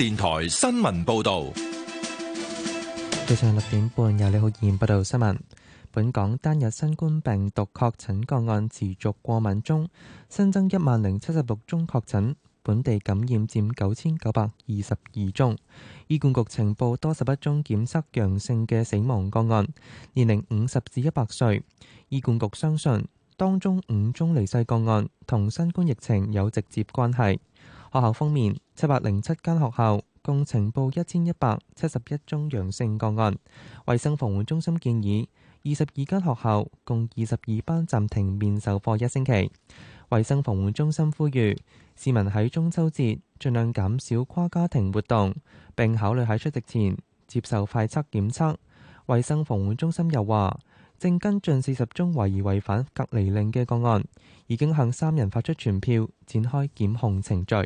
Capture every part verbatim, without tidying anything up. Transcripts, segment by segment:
電台新聞報道。 早上六點半，由李浩然報道新聞。本港單日新冠病毒確診個案持續過萬宗，新增一萬零七十六宗確診，本地感染佔九千九百二十二宗。醫管局呈報多十一宗檢測陽性嘅死亡個案，年齡五十至一百歲。醫管局相信當中五宗離世個案同新冠疫情有直接關係。學校方面，七百零七間學校共呈報一千一百七十一宗陽性個案。衛生防護中心建議二十二間學校共二十二班暫停面授課一星期。衛生防護中心呼籲市民喺中秋節盡量減少跨家庭活動，並考慮喺出席前接受快測檢測。衛生防護中心又話，正跟進四十宗懷疑違反隔離令嘅個案，已經向三人發出傳票，展開檢控程序。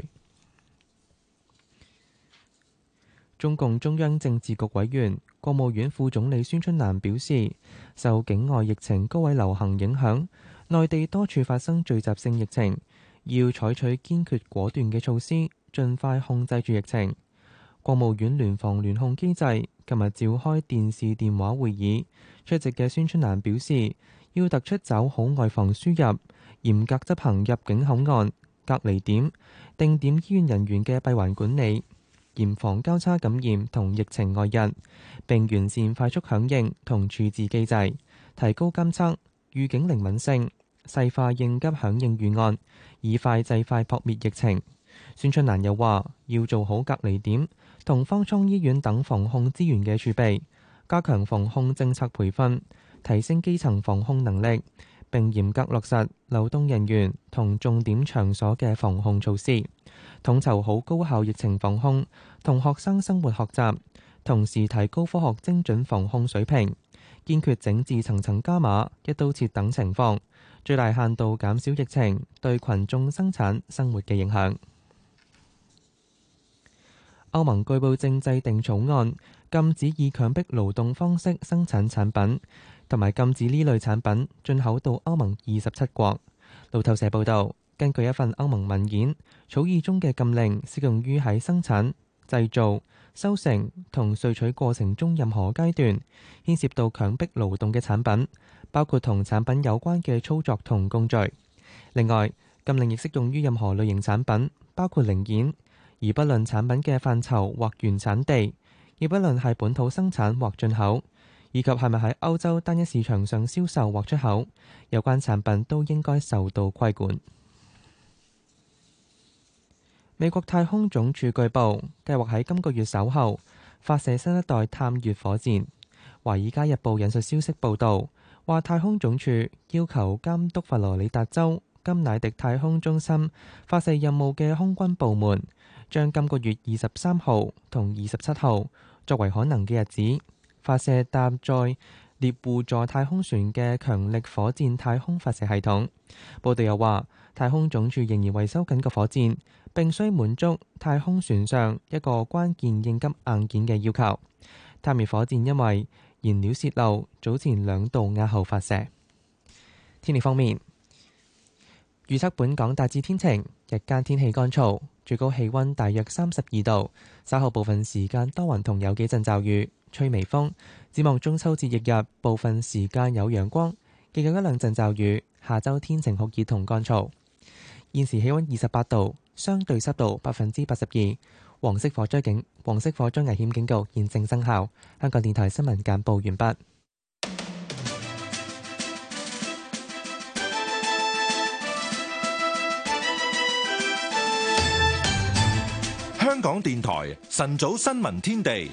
中共中央政治局委員、國務院副總理孫春蘭表示，受境外疫情高位流行影響，內地多處發生聚集性疫情，要採取堅決果斷嘅措施，盡快控制住疫情。國務院聯防聯控機制今日召開電視電話會議，出席嘅孫春蘭表示，要突出抓好外防輸入，嚴格執行入境口岸、隔離點、定點醫院人員嘅閉環管理，嚴防交叉感染同疫情外溢，並完善快速響應同處置機制，提高監測、預警靈敏性，細化應急響應預案，以快制快撲滅疫情。孫春蘭又話，要做好隔離點同方艙醫院等防控資源嘅儲備，加強防控政策培訓，提升基層防控能力，並嚴格落實流動人員同重點場所嘅防控措施，統籌好高效疫情防控同學生生活學習，同時提高科學精準防控水平，堅決整治層層加碼、一刀切等情況，最大限度減少疫情對群眾生產生活嘅影響。歐盟據報正制定草案，禁止以強迫勞動方式生產產品，同埋禁止呢類產品進口到歐盟二十七國。路透社報導，根據一份歐盟文件，草擬中嘅禁令適用於喺生產、製造、收成同萃取過程中任何階段牽涉到強迫勞動嘅產品，包括同產品有關嘅操作同工序。另外，禁令亦適用於任何類型產品，包括零件，而不論產品嘅範疇或原產地，亦不論係本土生產或進口，以及係咪喺歐洲單一市場上銷售或出口，有關產品都應該受到規管。美國太空總署據報計劃喺今個月稍後發射新一代探月火箭。《華爾街日報》引述消息報導，話太空總署要求監督佛羅里達州甘迺迪太空中心發射任務嘅空軍部門，將今個月二十三號同二十七號作為可能嘅日子，發射搭載獵戶座太空船嘅強力火箭太空發射系統。報道又話，太空總署仍然維修緊個火箭，並需滿足太空船上一個關鍵應急硬件嘅要求。探月火箭因為燃料泄漏，早前兩度押後發射。天氣方面，預測本港大致天晴，日間天氣乾燥，最高氣溫大約三十二度，稍後部分時間多雲同有幾陣驟雨，吹微風。展望中秋節翌日，部分時間有陽光，亦有一兩陣驟雨。下周天晴酷熱同乾燥。現時氣溫二十八度，相對濕度百分之八十二。黃色火災警黃色火災危險警告現正生效。香港電台新聞簡報完畢。 香港電台晨早新聞天地。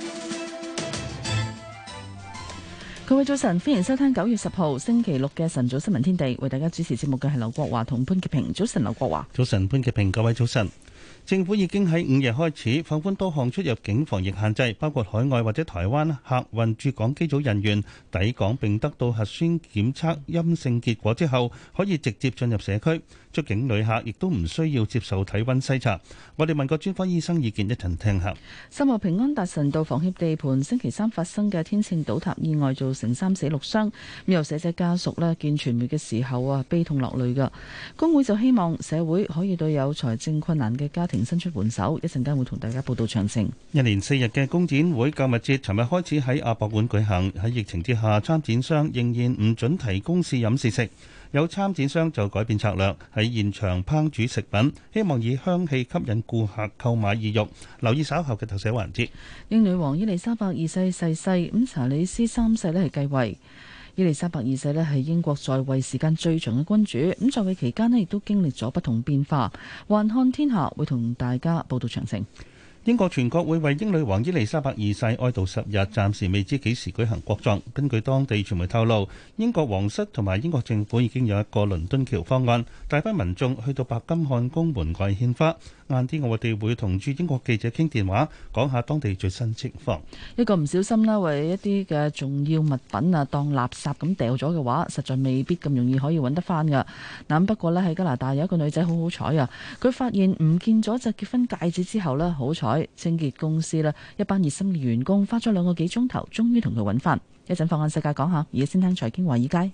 各位早晨，歡迎收聽九月十號星期六嘅晨早新聞天地。為大家主持節目嘅係劉國華同潘潔平。早晨，劉國華。 早晨，潘潔平。各位早晨。政府已經喺午夜開始放寬多項出入境防疫限制，包括海外或者台灣客運駐港機組人員抵港並得到核酸檢測陰性結果之後，可以直接進入社區。出境旅客亦都唔需要接受體溫篩查。我哋問過專科醫生意見，一陣聽下。 秀茂坪安達臣道房協地盤星期三發生嘅天秤倒塌意外，造成三死六傷。咁有死者家屬咧見傳媒嘅時候啊，悲痛落淚㗎。工會就希望社會可以對有財政困難嘅家庭庭伸出援手。一陣間會同大家報道詳情。 一連四日嘅工展會購物節，尋日開始喺亞博館舉行。喺疫情之下，參展商仍然唔准提供試飲試食。有參展商就改變策略，喺現場烹煮食品，希望以香氣吸引顧客購買意欲。留意稍後嘅特寫環節。 英女王伊麗莎白二世逝世，咁查理斯三世咧係繼位。伊麗莎白二世咧係英國在位時間最長嘅君主，咁在位期間咧亦都經歷咗不同變化。環看天下會同大家報道詳情。 英國全國會為英女王伊麗莎白二世哀悼十日，暫時未知幾時舉行國葬。根據當地傳媒透露，英國皇室同埋英國政府已經有一個倫敦橋方案，大班民眾去到白金漢宮門外獻花。晏啲我哋會同駐英國記者傾電話，講下當地最新情況。 一個唔小心啦，為一啲嘅重要物品啊當垃圾咁掉咗嘅話，實在未必咁容易可以揾得翻噶。嗱，不過呢，喺加拿大有一個女仔好好彩啊，佢發現唔見咗隻結婚戒指之後呢，好彩清潔公司呢一班熱心嘅員工花咗兩個幾鐘頭，終於同佢揾翻。一陣放眼世界講下，而家先聽財經華爾街。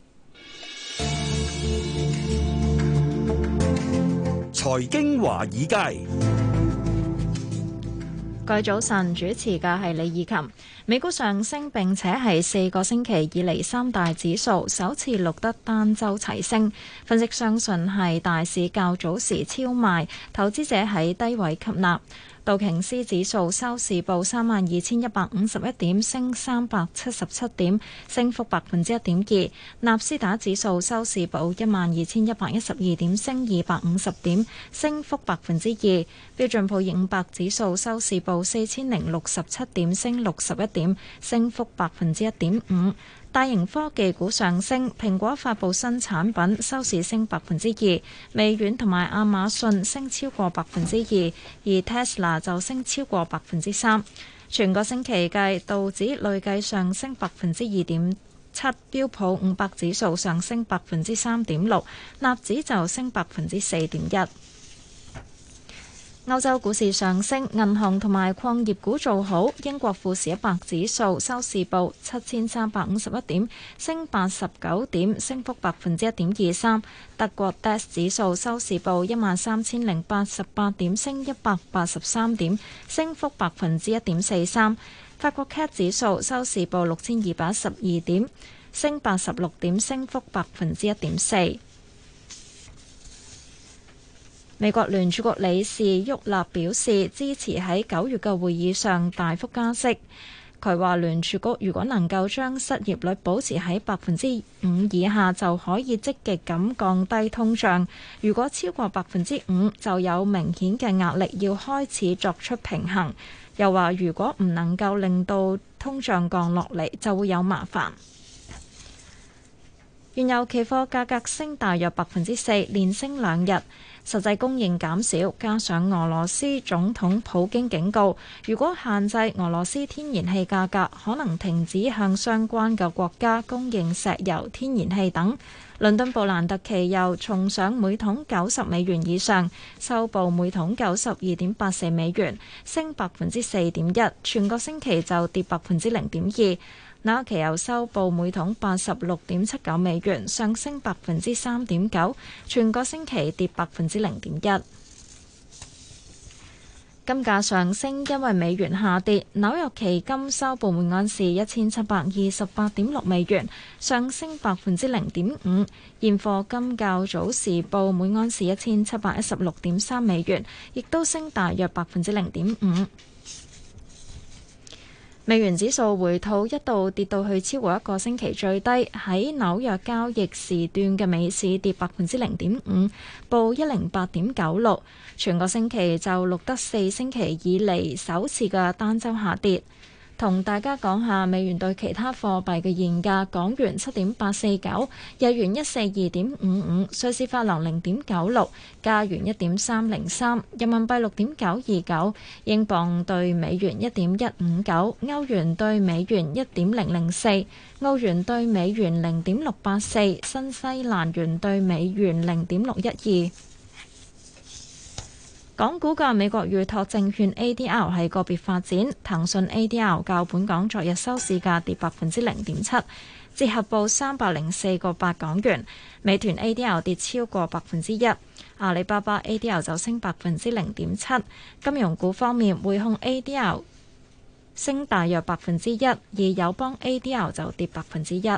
財經華爾街， 各位早晨，主持嘅係李以琴。美股上升，並且係四個星期以嚟三大指數首次錄得單周齊升。分析相信係大市較早時超賣，投資者喺低位吸納。道瓊斯指數收市報三萬二千一百五十一點，升三百七十七點，升幅百分之一點二。納斯達指數收市報一萬二千一百一十二點，升二百五十點，升幅百分之二。標準普爾五百指數收市報四千零六十七點，升六十一點，升幅百分之一點五。大型科技股上升，蘋果發布新產品，收市升百分之二；微軟同埋亞馬遜升超過百分之二，而 Tesla 就升超過百分之三。全個星期計，道指累計上升百分之二點七，標普五百指數上升百分之三點六，納指就升百分之四點一。歐洲股市上升，銀行同埋礦業股做好。英國富時一百指數收市報七千三百五十一點，升八十九點，升幅百分之一點二三。德國 D A X 指數收市報一萬三千零八十八點，升一百八十三點，升幅百分之一點四三。法國 C A C 指數收市報六千二百一十二點，升八十六點，升幅百分之一點四。美國聯儲局理事沃納表示支持喺九月嘅會議上大幅加息。佢話聯儲局如果能夠將失業率保持喺百分之五以下，就可以積極咁降低通脹。如果超過百分之五，就有明顯嘅壓力要開始作出平衡。又話如果唔能夠令到通脹降落嚟，就會有麻煩。原油期貨價格升大約百分之四，連升兩日。實際供應減少，加上俄羅斯總統普京警告，如果限制俄羅斯天然氣價格，可能停止向相關嘅國家供應石油、天然氣等。倫敦布蘭特期油重上每桶九十美元以上，收報每桶九十二點八四美元，升百分之四點一，全個星期就跌百分之零點二。紐約期油收報每桶八十六點七九美元，上升百分之三點九，全個星期跌百分之零點一。金價上升，因為美元下跌。紐約期金收報每盎司一千七百二十八點六美元，上升百分之零點五。現貨金較早時報每盎司一千七百一十六點三美元，亦都升大約百分之零點五。美元指數回吐一度跌到去超過一個星期最低，喺紐約交易時段嘅美市跌百分之零點五，報一零八點九六。全個星期就錄得四星期以嚟首次嘅單周下跌。同大家講下美元對其他貨幣嘅現價：港元七點八四九，日元一四二點五五，瑞士法郎零點九六，加元一點三零三，人民幣六點九二九，英鎊對美元一點一五九，歐元對美元一點零零四，澳元對美元零點六八四，新西蘭元對美元零點六一二。 港股嘅美國預託證券 A D R 係個別發展，騰訊 A D R 較本港昨日收市價跌百分之零點七，折合報三百零四個八港元。美團 A D R 跌超過百分之一，阿里巴巴 A D R 就升百分之零點七。金融股方面，匯控 A D R 升大約百分之一，而友邦 A D R 就跌百分之一。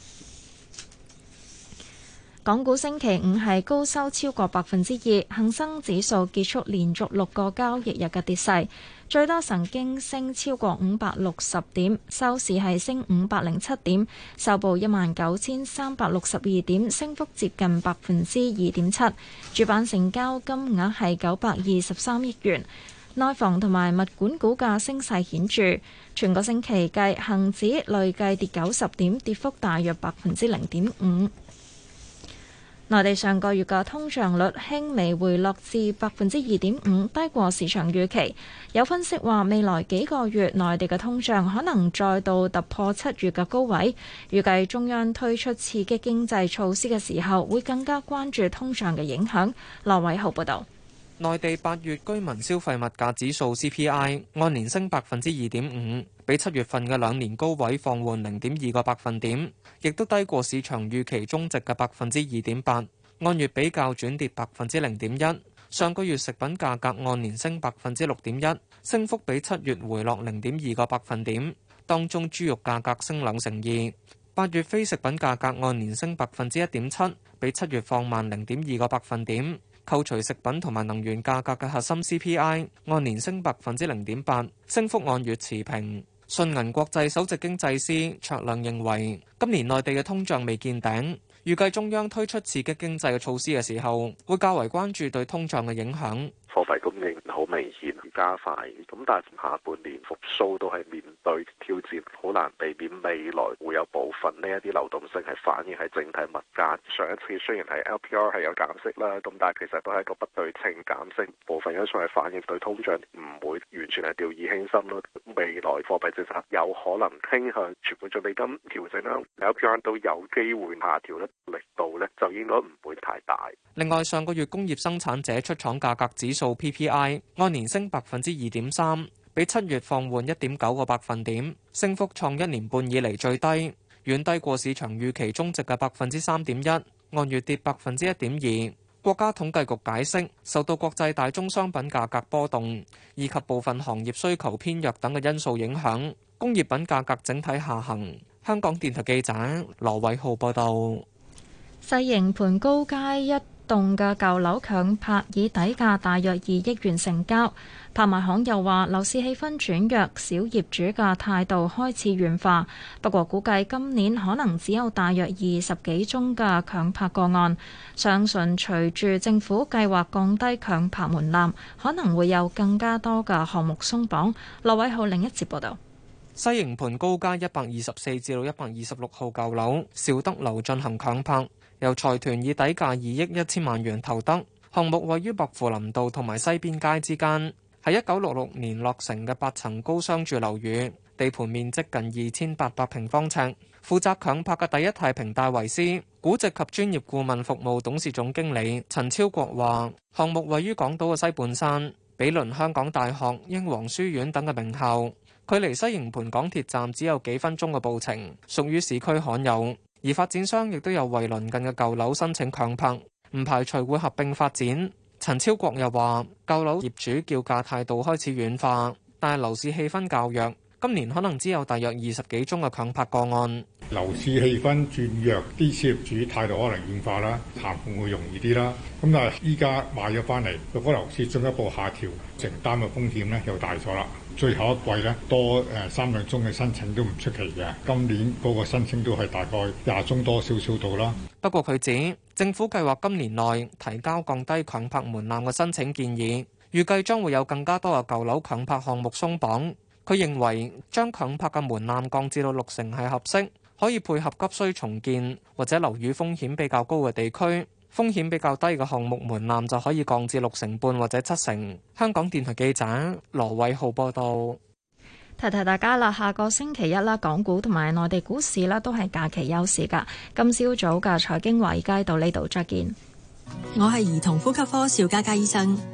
港股星期五係高收超過百分之二，恒生指數結束連續六個交易日嘅跌勢，最多曾經升超過五百六十點，收市係升五百零七點，收報一萬九千三百六十二點，升幅接近百分之二點七。主板成交金額係九百二十三億元。內房同埋物管股價升勢顯著，全個星期計，恒指累計跌九十點，跌幅大約百分之零點五。內地上個月嘅通脹率輕微回落至百分之二點五，低過市場預期。有分析話，未來幾個月內地嘅通脹可能再度突破七月嘅高位。預計中央推出刺激經濟措施嘅時候，會更加關注通脹嘅影響。羅偉豪報導。 內地八月居民消費物價指數 C P I 按年升百分之二點五，比七月份嘅兩年高位放緩零點二個百分點，亦都低過市場預期中值嘅百分之二點八。按月比較轉跌百分之零點一。上個月食品價格按年升百分之六點一，升幅比七月回落零點二個百分點。當中豬肉價格升兩成二。八月非食品價格按年升百分之一點七，比七月放慢零點二個百分點。扣除食品同埋能源價格嘅核心 C P I 按年升百分之零點八，升幅按月持平。信銀國際首席經濟師卓亮認為，今年內地嘅通脹未見頂，預計中央推出刺激經濟嘅措施嘅時候，會較為關注對通脹嘅影響。 貨幣供應好明顯加快，咁但係下半年復甦都係面對挑戰，好難避免未來會有部分呢一啲流動性係反映喺整體物價。上一次雖然係 L P R 係有減息啦，咁但係其實都係一個不對稱減息，部分因素係反映對通脹唔會完全係掉以輕心咯。未來貨幣政策有可能傾向存款準備金調整啦 ，L P R 都有機會下調咧，力度咧就應該唔會太大。 另外，上個月工業生產者出廠價格指數 P P I 按年升百分之二點三，比七月放緩一點九個百分點，升幅創一年半以嚟最低，遠低過市場預期中值嘅百分之三點一，按月跌百分之一點二。國家統計局解釋，受到國際大宗商品價格波動以及部分行業需求偏弱等嘅因素影響，工業品價格整體下行。香港電台記者羅偉浩報道。 西營盤高街一棟嘅舊樓強拍，以底價大約二億元成交。拍賣行又話樓市氣氛轉弱，小業主嘅態度開始軟化。不過估計今年可能只有大約二十幾宗嘅強拍個案。相信隨住政府計劃降低強拍門檻，可能會有更加多嘅項目鬆綁。羅偉浩另一節報導。 西營盤高街一百二十四至到一百二十六號舊樓兆德樓進行強拍。由財團以底價二億一千萬元投得，項目位於薄扶林道同埋西邊街之間，係一九六六年落成嘅八層高商住樓宇，地盤面積近二千八百平方尺。負責強拍嘅第一太平戴維斯估值及專業顧問服務董事總經理陳超國話：項目位於港島嘅西半山，毗鄰香港大學、英皇書院等嘅名校，距離西營盤港鐵站只有幾分鐘嘅步程，屬於市區罕有。而發展商亦都有為鄰近嘅舊樓申請強拍，唔排除會合併發展。陳超國又話：舊樓業主叫價態度開始軟化，但係樓市氣氛較弱，今年可能只有大約二十幾宗嘅強拍個案。 樓市氣氛轉弱，啲業主態度可能軟化啦，談判會容易啲啦。咁但係依家買咗翻嚟，如果樓市進一步下調，承擔嘅風險咧又大咗啦。最後一季咧多誒三兩宗嘅申請都唔出奇嘅，今年嗰個申請都係大概廿宗多少少度啦。 不過佢指政府計劃今年內提交降低強拍門檻嘅申請建議，預計將會有更加多嘅舊樓強拍項目鬆綁。佢認為將強拍嘅門檻降至到六成係合適，可以配合急需重建或者樓宇風險比較高嘅地區。風險比較低嘅項目門檻就可以降至六成半或者七成。香港電台記者羅偉浩報道。 提提大家啦，下個星期一啦，港股同埋內地股市啦都係假期休市噶。今朝早嘅財經華爾街到呢度再見。 我係兒童呼吸科邵嘉嘉醫生。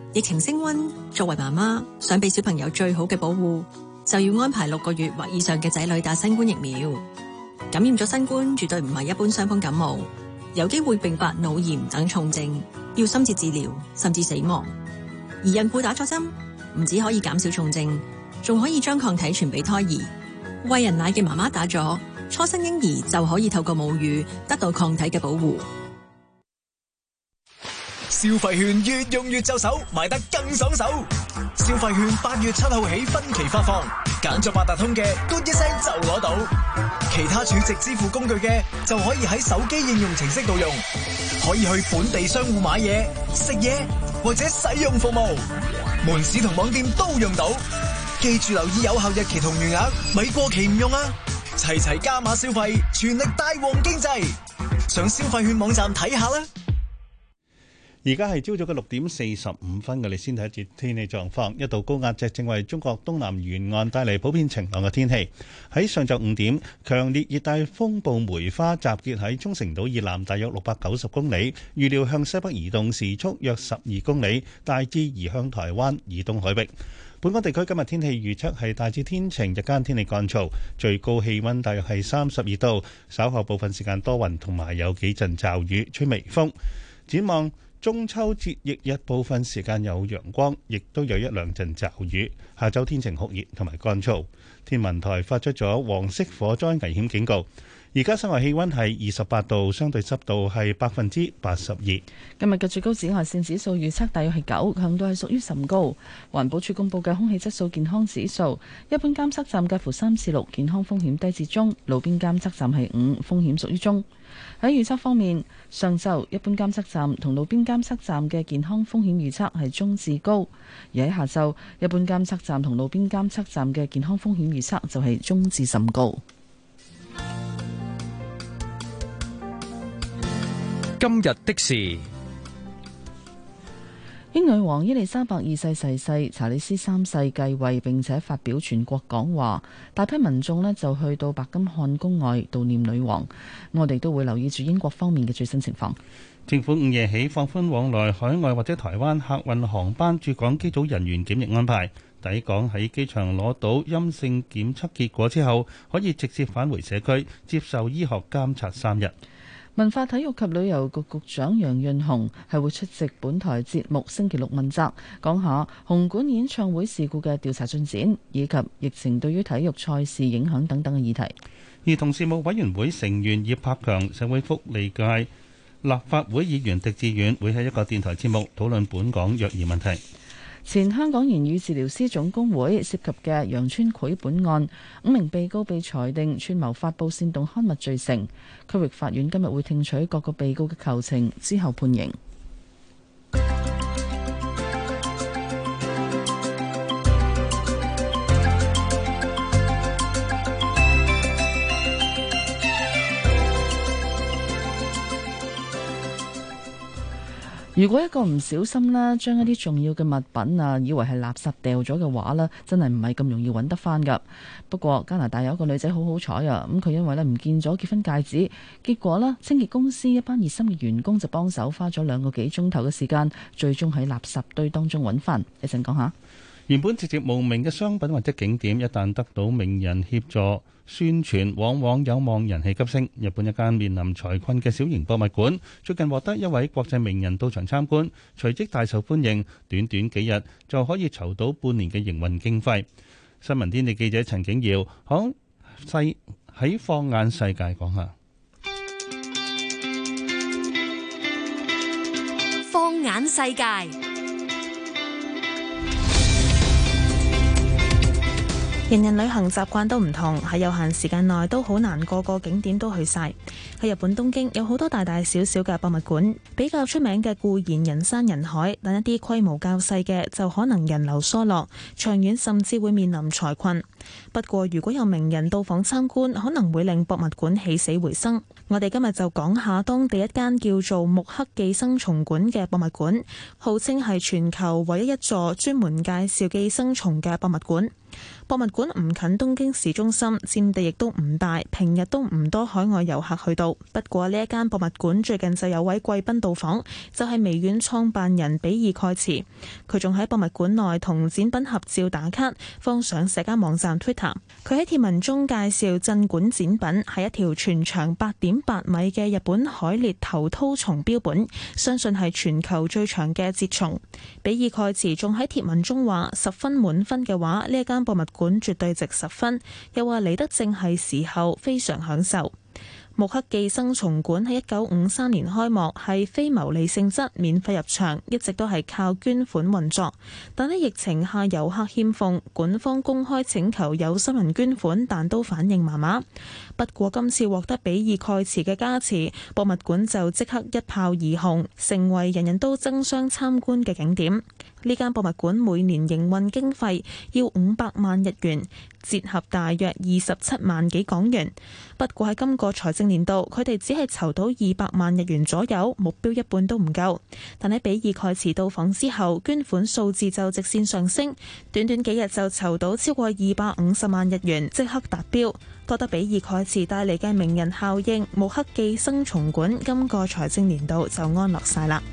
疫情升溫，作為媽媽想俾小朋友最好嘅保護，就要安排六個月或以上嘅仔女打新冠疫苗。感染咗新冠絕對唔係一般傷風感冒，有機會併發腦炎等重症，要深切治療甚至死亡。而孕婦打咗針，唔止可以減少重症，仲可以將抗體傳俾胎兒。餵人奶嘅媽媽打咗，初生嬰兒就可以透過母乳得到抗體嘅保護。 消費券越用越就手，買得更爽手。消費券八月七號起分期發放，揀咗八達通嘅，嘟一聲就攞到；其他儲值支付工具嘅，就可以喺手機應用程式度用，可以去本地商戶買嘢、食嘢或者使用服務，門市同網店都用到。記住留意有效日期同餘額，咪過期唔用啊！齊齊加碼消費，全力帶旺經濟。上消費券網站睇下啦。 而家係朝早嘅六點四十五分，我哋先睇一節天氣狀況。一道高壓脊正為中國東南沿岸帶嚟普遍晴朗嘅天氣。喺上晝五點，強烈熱帶風暴梅花集結喺沖繩島以南大約六百九十公里，預料向西北移動，時速約十二公里，大致移向台灣以東海域。本港地區今日天氣預測係大致天晴，日間天氣乾燥，最高氣溫大約係三十二度，稍後部分時間多雲同埋有幾陣驟雨，吹微風。展望中秋節翌日部分時間有陽光，亦都有一兩陣驟雨。下週天晴酷熱同埋乾燥。天文台發出咗黃色火災危險警告。而家室外氣溫係二十八度，相對濕度係百分之八十二。 今日嘅最高紫外線指數預測大約係九，強度係屬於甚高。環保署公布嘅空氣質素健康指數，一般監測站介乎三至六，健康風險低至中；路邊監測站係五，風險屬於中。喺預測方面，上晝一般監測站同路邊監測站嘅健康風險預測係中至高，而喺下晝一般監測站同路邊監測站嘅健康風險預測就係中至甚高。 今日的事， 英女王伊麗莎白二世逝世，查理斯三世繼位並且發表全國講話，大批民眾呢就去到白金漢宮外悼念女王。我哋都會留意住英國方面嘅最新情況。 政府午夜起放寬往來海外或者台灣客運航班駐港機組人員檢疫安排，抵港喺機場攞到陰性檢測結果之後，可以直接返回社區接受醫學監察三日。 文化體育及旅遊局局長楊潤雄係會出席本台節目星期六問責，講下紅館演唱會事故嘅調查進展，以及疫情對於體育賽事影響等等嘅議題。 兒童事務委員會成員葉柏強、社會福利界立法會議員狄志遠會喺一個電台節目討論本港虐兒問題。 前香港言語治療師總工會涉及嘅楊川繪本案，五名被告被裁定串謀發布煽動刊物罪成。區域法院今日會聽取各個被告嘅求情，之後判刑。如果一個唔小心咧，將一啲重要嘅物品啊，以為係垃圾掉咗嘅話咧，真係唔係咁容易揾得翻噶。不過加拿大有一個女仔好好彩啊，咁佢因為咧唔見咗結婚戒指，結果咧清潔公司一班熱心嘅員工就幫手花咗兩個幾鐘頭嘅時間，最終喺垃圾堆當中揾翻。一陣講下。 原本直接無名嘅商品或者景點，一旦得到名人協助宣傳，往往有望人氣急升。日本一間面臨財困嘅小型博物館，最近獲得一位國際名人到場參觀，隨即大受歡迎，短短幾日就可以籌到半年嘅營運經費。新聞天地記者陳景耀響世喺放眼世界講下。 放眼世界。人人旅行習慣都唔同，喺有限時間內都好難個個景點都去晒。喺日本東京有好多大大小小嘅博物館，比較出名嘅固然人山人海，但一啲規模較細嘅就可能人流疏落，長遠甚至會面臨財困。不過如果有名人到訪參觀，可能會令博物館起死回生。我哋今日就講下當地一間叫做目黑寄生蟲館嘅博物館，號稱係全球唯一一座專門介紹寄生蟲嘅博物館。 博物館唔近東京市中心，佔地亦都唔大，平日都唔多海外遊客去到。不過呢一間博物館最近就有位貴賓到訪，就係微軟創辦人比爾蓋茨。佢仲喺博物館內同展品合照打卡，放上社交網站 Twitter。佢喺貼文中介紹鎮館展品係一條全長八點八米嘅日本海裂頭絛蟲標本，相信係全球最長嘅節蟲。比爾蓋茨仲喺貼文中話：十分滿分嘅話，呢一間博物館絕對值十分。又話嚟得正係時候，非常享受。目克寄生蟲館喺一九五三年開幕，係非牟利性質，免費入場，一直都係靠捐款運作。但喺疫情下遊客欠奉，館方公開請求有心人捐款，但都反應麻麻。不過今次獲得比爾蓋茨嘅加持，博物館就即刻一炮而紅，成為人人都爭相參觀嘅景點。呢間博物館每年營運經費要五百萬日元，折合大約二十七萬幾港元。不過喺今個財政年度，佢哋只係籌到二百萬日元左右，目標一半都唔夠。但喺比爾蓋茨到訪之後，捐款數字就直線上升，短短幾日就籌到超過二百五十萬日元，即刻達標。多得比爾蓋茨帶嚟嘅名人效應，目克寄生蟲館今個財政年度就安樂晒啦。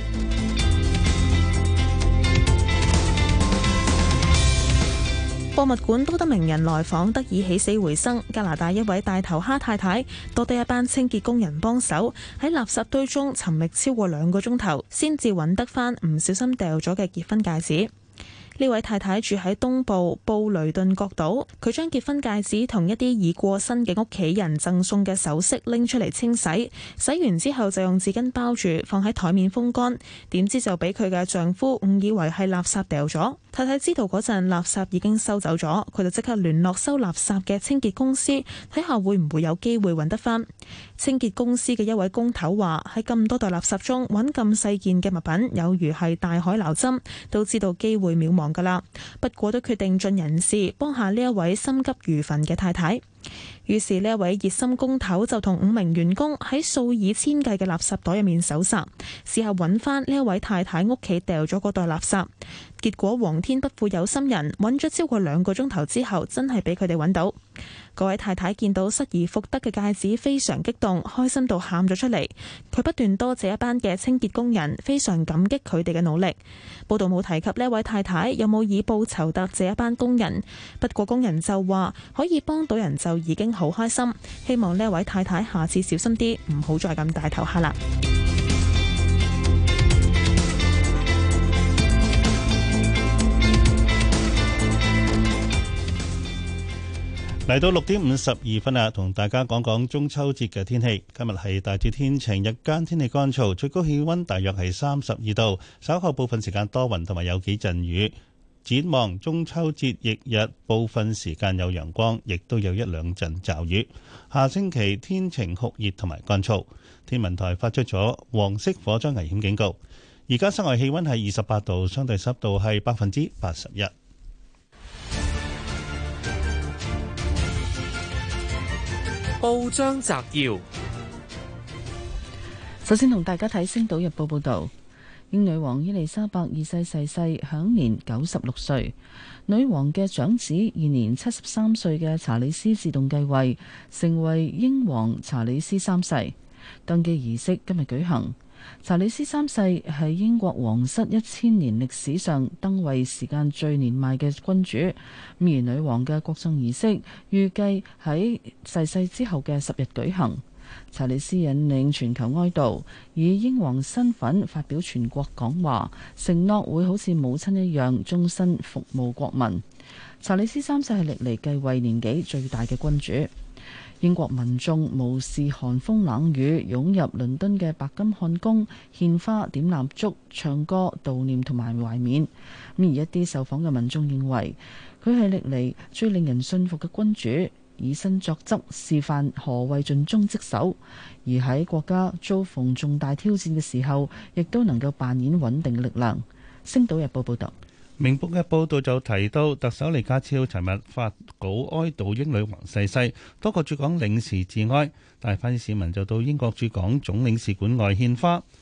博物館多得名人來訪，得以起死回生。加拿大一位大頭蝦太太，多得一班清潔工人幫手，喺垃圾堆中尋覓超過兩個鐘頭，先至揾得返唔小心掉咗嘅結婚戒指。呢位太太住喺東部布雷頓角島，佢將結婚戒指同一啲已過身嘅屋企人贈送嘅首飾拎出嚟清洗，洗完之後就用紙巾包住放喺台面風乾，點知就俾佢嘅丈夫誤以為係垃圾掉咗。太太知道嗰陣垃圾已經收走咗，佢就即刻聯絡收垃圾嘅清潔公司，睇下會唔會有機會揾得返。清潔公司嘅一位工頭話：喺咁多袋垃圾中揾咁細件嘅物品，有如係大海撈針，都知道機會渺茫㗎啦。不過都決定盡人事，幫下呢一位心急如焚嘅太太。於是呢一位熱心工頭就同五名員工喺數以千計嘅垃圾袋入面搜查，試下揾翻呢一位太太屋企掉咗嗰袋垃圾。結果皇天不負有心人，揾咗超過兩個鐘頭之後，真係俾佢哋揾到。嗰位太太見到失而復得嘅戒指，非常激動，開心到喊咗出嚟。佢不斷多謝一班嘅清潔工人，非常感激佢哋嘅努力。報道冇提及呢位太太有冇以報酬答謝一班工人，不過工人就話可以幫到人就已經好開心，希望呢位太太下次小心啲，唔好再咁大頭蝦啦。 嚟到六點五十二分啦，同大家講講中秋節嘅天氣。今日係大致天晴，日間天氣乾燥，最高氣溫大約係三十二度。稍後部分時間多雲，同埋有幾陣雨。展望中秋節翌日，部分時間有陽光，亦都有一兩陣驟雨。下星期天晴酷熱同埋乾燥。天文台發出咗黃色火災危險警告。而家室外氣溫係二十八度，相對濕度係百分之八十一。 報章摘要： 首先同大家睇《星島日報》報道，英女王伊麗莎白二世逝世，享年九十六歲。女王嘅長子現年七十三歲嘅查理斯自動繼位，成為英皇查理斯三世。登基儀式今日舉行。查理斯三世係英國皇室一千年歷史上登位時間最年邁嘅君主。而女王嘅國葬儀式預計喺逝世之後嘅十日舉行。查理斯引領全球哀悼，以英皇身份發表全國講話，承諾會好似母親一樣終身服務國民。查理斯三世係歷嚟繼位年紀最大嘅君主。英國民眾無視寒風冷雨，湧入倫敦嘅白金漢宮獻花、點蠟燭、唱歌悼念同埋懷緬。咁而一啲受訪嘅民眾認為佢係歷嚟最令人信服嘅君主，以身作則，示範何謂盡忠職守。而喺國家遭逢重大挑戰嘅時候，亦都能夠扮演穩定嘅力量。星島日報報道。 明報嘅報導就提到，特首李家超尋日發稿哀悼英女王逝世，多個駐港領事致哀，大批市民就到英國駐港總領事館外獻花。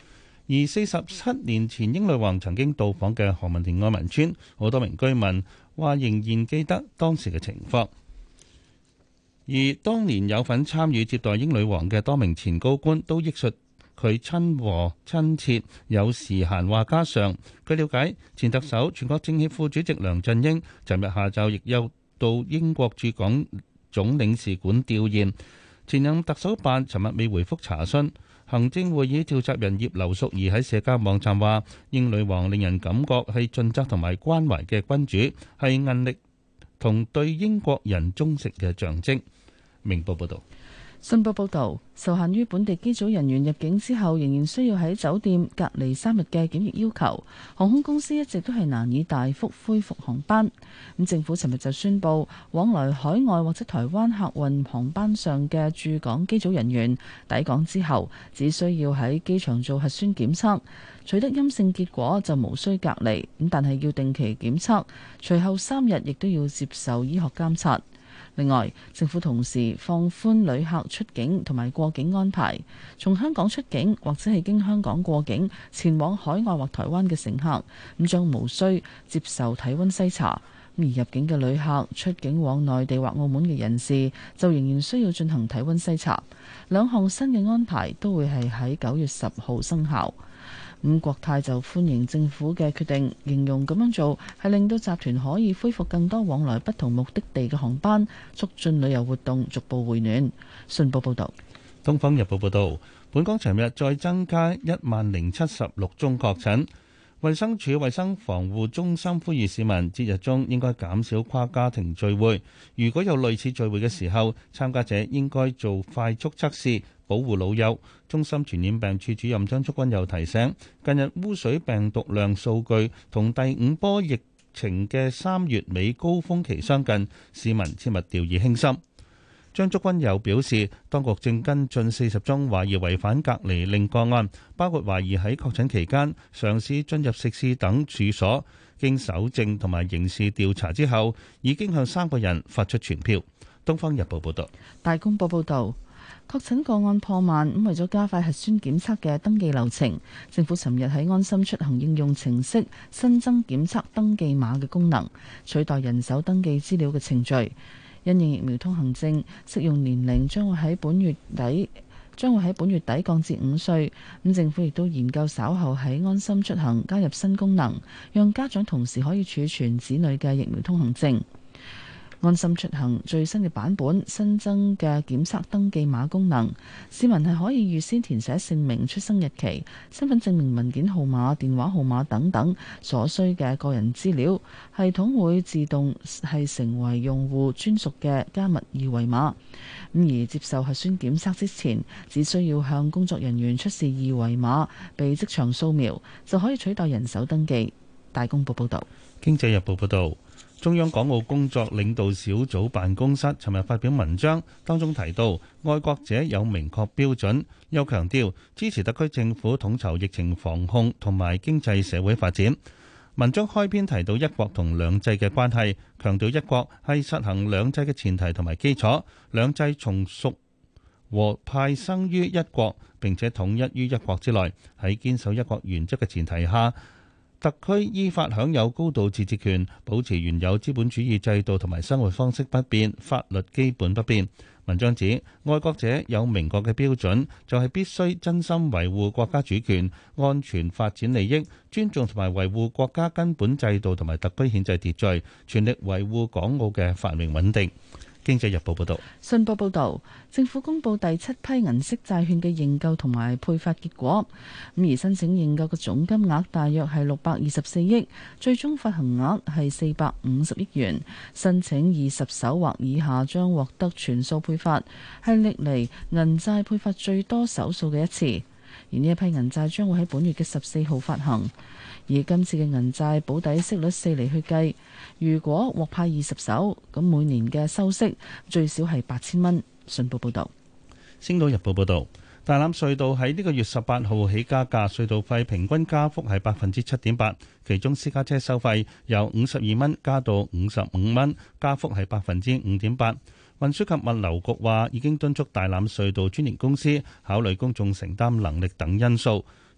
而四十七年前英女王曾經到訪嘅何文田愛民村，好多名居民話仍然記得當時嘅情況。而當年有份參與接待英女王嘅多名前高官都憶述佢親和親切，有時閒話家常。據了解，前特首全國政協副主席梁振英尋日下晝亦有到英國駐港總領事館弔唁。前任特首辦尋日未回覆查詢。行政會議召集人葉劉淑儀喺社交網站話：英女王令人感覺係盡責同埋關懷嘅君主，係韌力同對英國人忠誠嘅象徵。明報報道。 信報報導，受限於本地機組人員入境之後仍然需要喺酒店隔離三日嘅檢疫要求，航空公司一直都係難以大幅恢復航班。咁政府尋日就宣布，往來海外或者台灣客運航班上嘅駐港機組人員抵港之後，只需要喺機場做核酸檢測，取得陰性結果就無需隔離。咁但係要定期檢測，隨後三日亦都要接受醫學監察。另外，政府同時放寬旅客出境同埋過境安排，從香港出境或者係經香港過境前往海外或台灣嘅乘客，咁將無需接受體溫篩查。而入境嘅旅客出境往內地或澳門嘅人士，就仍然需要進行體溫篩查。兩項新嘅安排都會係喺九月十號生效。咁國泰就歡迎政府嘅決定，形容咁樣做係令到集團可以恢復更多往來不同目的地嘅航班，促進旅遊活動逐步回暖。信報報導。 《東方日報》報導，本港尋日再增加一萬零七十六宗確診。衛生署衛生防護中心呼籲市民節日中應該減少跨家庭聚會，如果有類似聚會嘅時候，參加者應該做快速測試，保護老友。中心傳染病處主任張竹君又提醒，近日污水病毒量數據同第五波疫情嘅三月尾高峰期相近，市民切勿掉以輕心。張竹君又表示，當局正跟進四十宗懷疑違反隔離令個案，包括懷疑喺確診期間嘗試進入食肆等處所，經搜證同埋刑事調查之後，已經向三個人發出傳票。《東方日報》報道。 大公報報導，確診個案破萬，咁為咗加快核酸檢測嘅登記流程，政府尋日喺安心出行應用程式新增檢測登記碼嘅功能，取代人手登記資料嘅程序。因應疫苗通行證適用年齡將會喺本月底將會喺本月底降至五歲，咁政府亦都研究稍後喺安心出行加入新功能，讓家長同時可以儲存子女嘅疫苗通行證。安心出行最新嘅版本新增嘅檢測登記碼功能，市民係可以預先填寫姓名、出生日期、身份證明文件號碼、電話號碼等等所需嘅個人資料，系統會自動係成為用戶專屬嘅加密二維碼。咁而接受核酸檢測之前，只需要向工作人員出示二維碼，被即場掃描，就可以取代人手登記。大公報報道。 經濟日報報導。中央港澳工作領導小組辦公室尋日發表文章，當中提到愛國者有明確標準，又強調支持特區政府統籌疫情防控同埋經濟社會發展。文章開篇提到一國同兩制嘅關係，強調一國係實行兩制嘅前提同埋基礎，兩制從屬和派生於一國，並且統一於一國之內。喺堅守一國原則嘅前提下，特區依法享有高度自治權，保持原有資本主義制度同埋生活方式不變，法律基本不變。文章指，愛國者有明確嘅標準，就係必須真心維護國家主權、安全、發展利益，尊重同埋維護國家根本制度同埋特區憲制秩序，全力維護港澳嘅繁榮穩定。經濟日報報道。 信報報導，政府公布第七批銀色債券嘅認購同埋配發結果，咁而申請認購嘅總金額大約係六百二十四億，最終發行額係四百五十億元。申請二十手或以下將獲得全數配發，係歷嚟銀債配發最多手數嘅一次。而呢一批銀債將會喺本月嘅十四號發行。而今次嘅銀債保底息率四厘去計，如果獲派二十手，咁每年嘅收息最少係八千蚊。信報報導。 星島日報報導，大欖隧道喺呢個月十八號起加價，隧道費平均加幅係百分之七點八，其中私家車收費由五十二蚊加到五十五蚊，加幅係百分之五點八。運輸及物流局話已經敦促大欖隧道專營公司考慮公眾承擔能力等因素。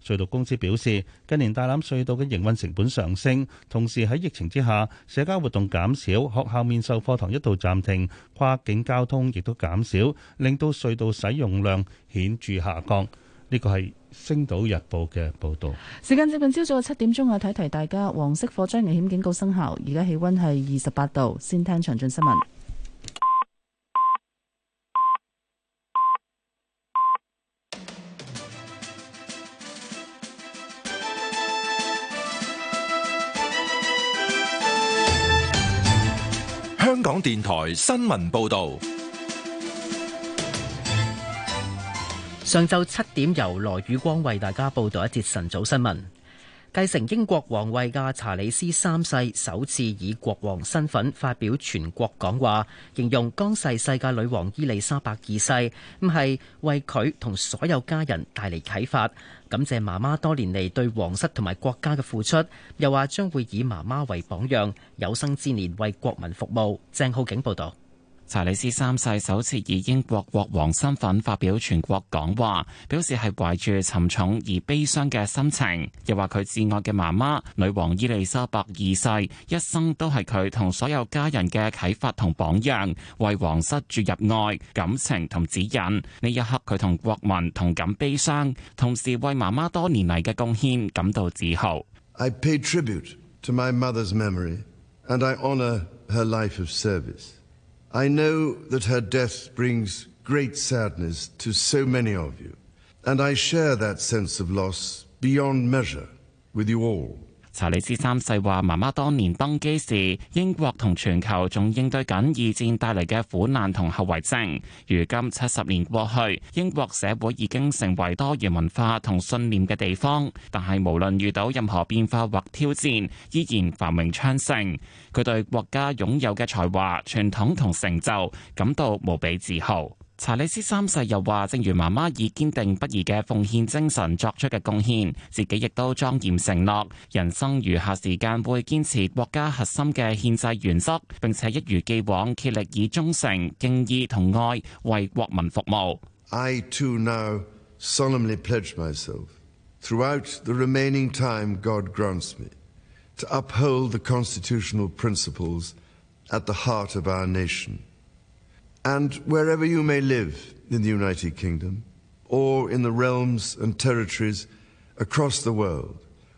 隧道公司表示，近年大欖隧道嘅營運成本上升，同時喺疫情之下，社交活動減少，學校面授課堂一度暫停，跨境交通亦都減少，令到隧道使用量顯著下降。呢個係《星島日報》嘅報導。 時間接近朝早嘅七點鐘啊，提提大家黃色火災危險警告生效，而家氣温係二十八度。先聽詳盡新聞。 香港電台新聞報導。 上晝七點，由羅宇光為大家報道一節晨早新聞。繼承英國皇位嘅查理斯三世首次以國王身份發表全國講話，形容剛逝世嘅女王伊麗莎白二世唔係為佢同所有家人帶嚟啟發，感謝媽媽多年嚟對皇室同埋國家嘅付出，又話將會以媽媽為榜樣，有生之年為國民服務。鄭浩景報道。 查理斯三世首次以英國國王身份發表全國講話，表示係懷住沉重而悲傷嘅心情，又話佢至愛嘅媽媽女王伊麗莎白二世一生都係佢同所有家人嘅啟發同榜樣，為皇室注入愛、感情同指引。呢一刻佢同國民同感悲傷，同時為媽媽多年嚟嘅貢獻感到自豪。 I pay tribute to my mother's memory, and I honor her life of service.I know that her death brings great sadness to so many of you, and I share that sense of loss beyond measure with you all. 查理斯三世話：媽媽當年登基時，英國同全球仲應對緊二戰帶嚟嘅苦難同後遺症。如今七十年過去，英國社會已經成為多元文化同信念嘅地方，但係無論遇到任何變化或挑戰，依然繁榮昌盛。佢對國家擁有嘅才華、傳統同成就感到無比自豪。查理斯三世又話，正如媽媽以堅定不移嘅奉獻精神作出嘅貢獻，自己亦都莊嚴承諾，人生餘下時間會堅持國家核心嘅憲制原則，並且一如既往竭力以忠誠、敬意同愛為國民服務。 I too now solemnly pledge myself, throughout the remaining time God grants me, to uphold the constitutional principles at the heart of our nation.And wherever you may live in the United Kingdom, or in the realms and territories across the world,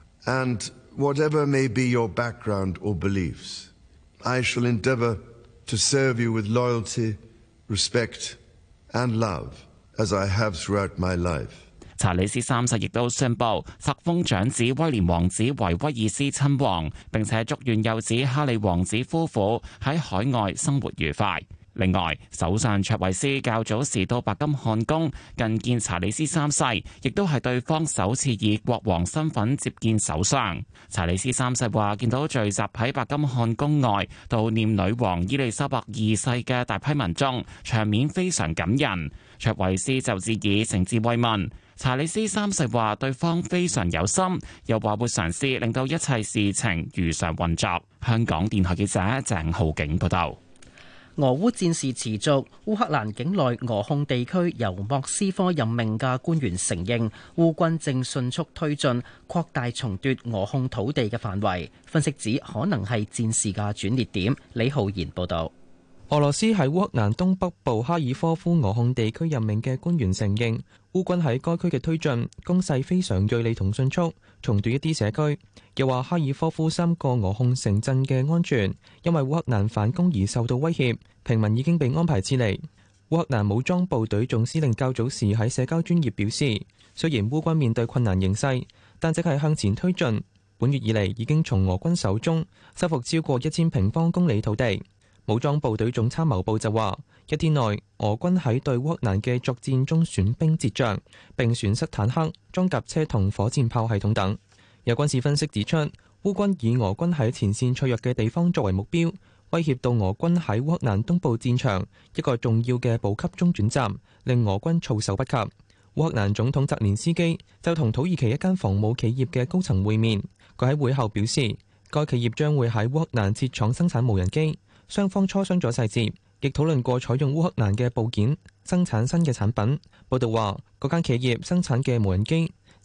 and whatever may be your background or beliefs, I shall endeavour to serve you with loyalty, respect, and love, as I have throughout my life. 查理斯三世亦都宣布冊封長子威廉王子為威爾斯親王，並且祝願幼子哈利王子夫婦喺海外生活愉快。另外，首相卓慧思較早時到白金漢宮覲見查理斯三世，亦都係對方首次以國王身份接見首相。查理斯三世話：見到聚集喺白金漢宮外悼念女王伊麗莎白二世嘅大批民眾，場面非常感人。卓慧思就致以誠摯慰問。查理斯三世話對方非常有心，又話會嘗試令到一切事情如常運作。香港電台記者鄭浩景報道。 俄烏戰事持續，烏克蘭境內俄控地區由莫斯科任命嘅官員承認，烏軍正迅速推進擴大重奪俄控土地嘅範圍。分析指可能係戰事嘅轉捩點。李浩然報道。 俄羅斯喺烏克蘭東北部哈爾科夫俄控地區任命嘅官員承認，烏軍喺該區嘅推進攻勢非常銳利同迅速，重奪一啲社區。又話哈爾科夫三個俄控城鎮嘅安全因為烏克蘭反攻而受到威脅，平民已經被安排撤離。烏克蘭武裝部隊總司令較早時喺社交專頁表示，雖然烏軍面對困難形勢，但即係向前推進。本月以嚟已經從俄軍手中收復超過一千平方公里土地。武裝部隊總參謀部就話，一天內俄軍喺對烏克蘭嘅作戰中損兵折將，並損失坦克、裝甲車同火箭炮系統等。有軍事分析指出，烏軍以俄軍喺前線脆弱嘅地方作為目標，威脅到俄軍喺烏克蘭東部戰場一個重要嘅補給中轉站，令俄軍措手不及。烏克蘭總統澤連斯基就同土耳其一間防務企業嘅高層會面，佢喺會後表示，該企業將會喺烏克蘭設廠生產無人機。雙方磋商咗細節，亦討論過採用烏克蘭嘅部件生產新嘅產品。報道話，嗰間企業生產嘅無人機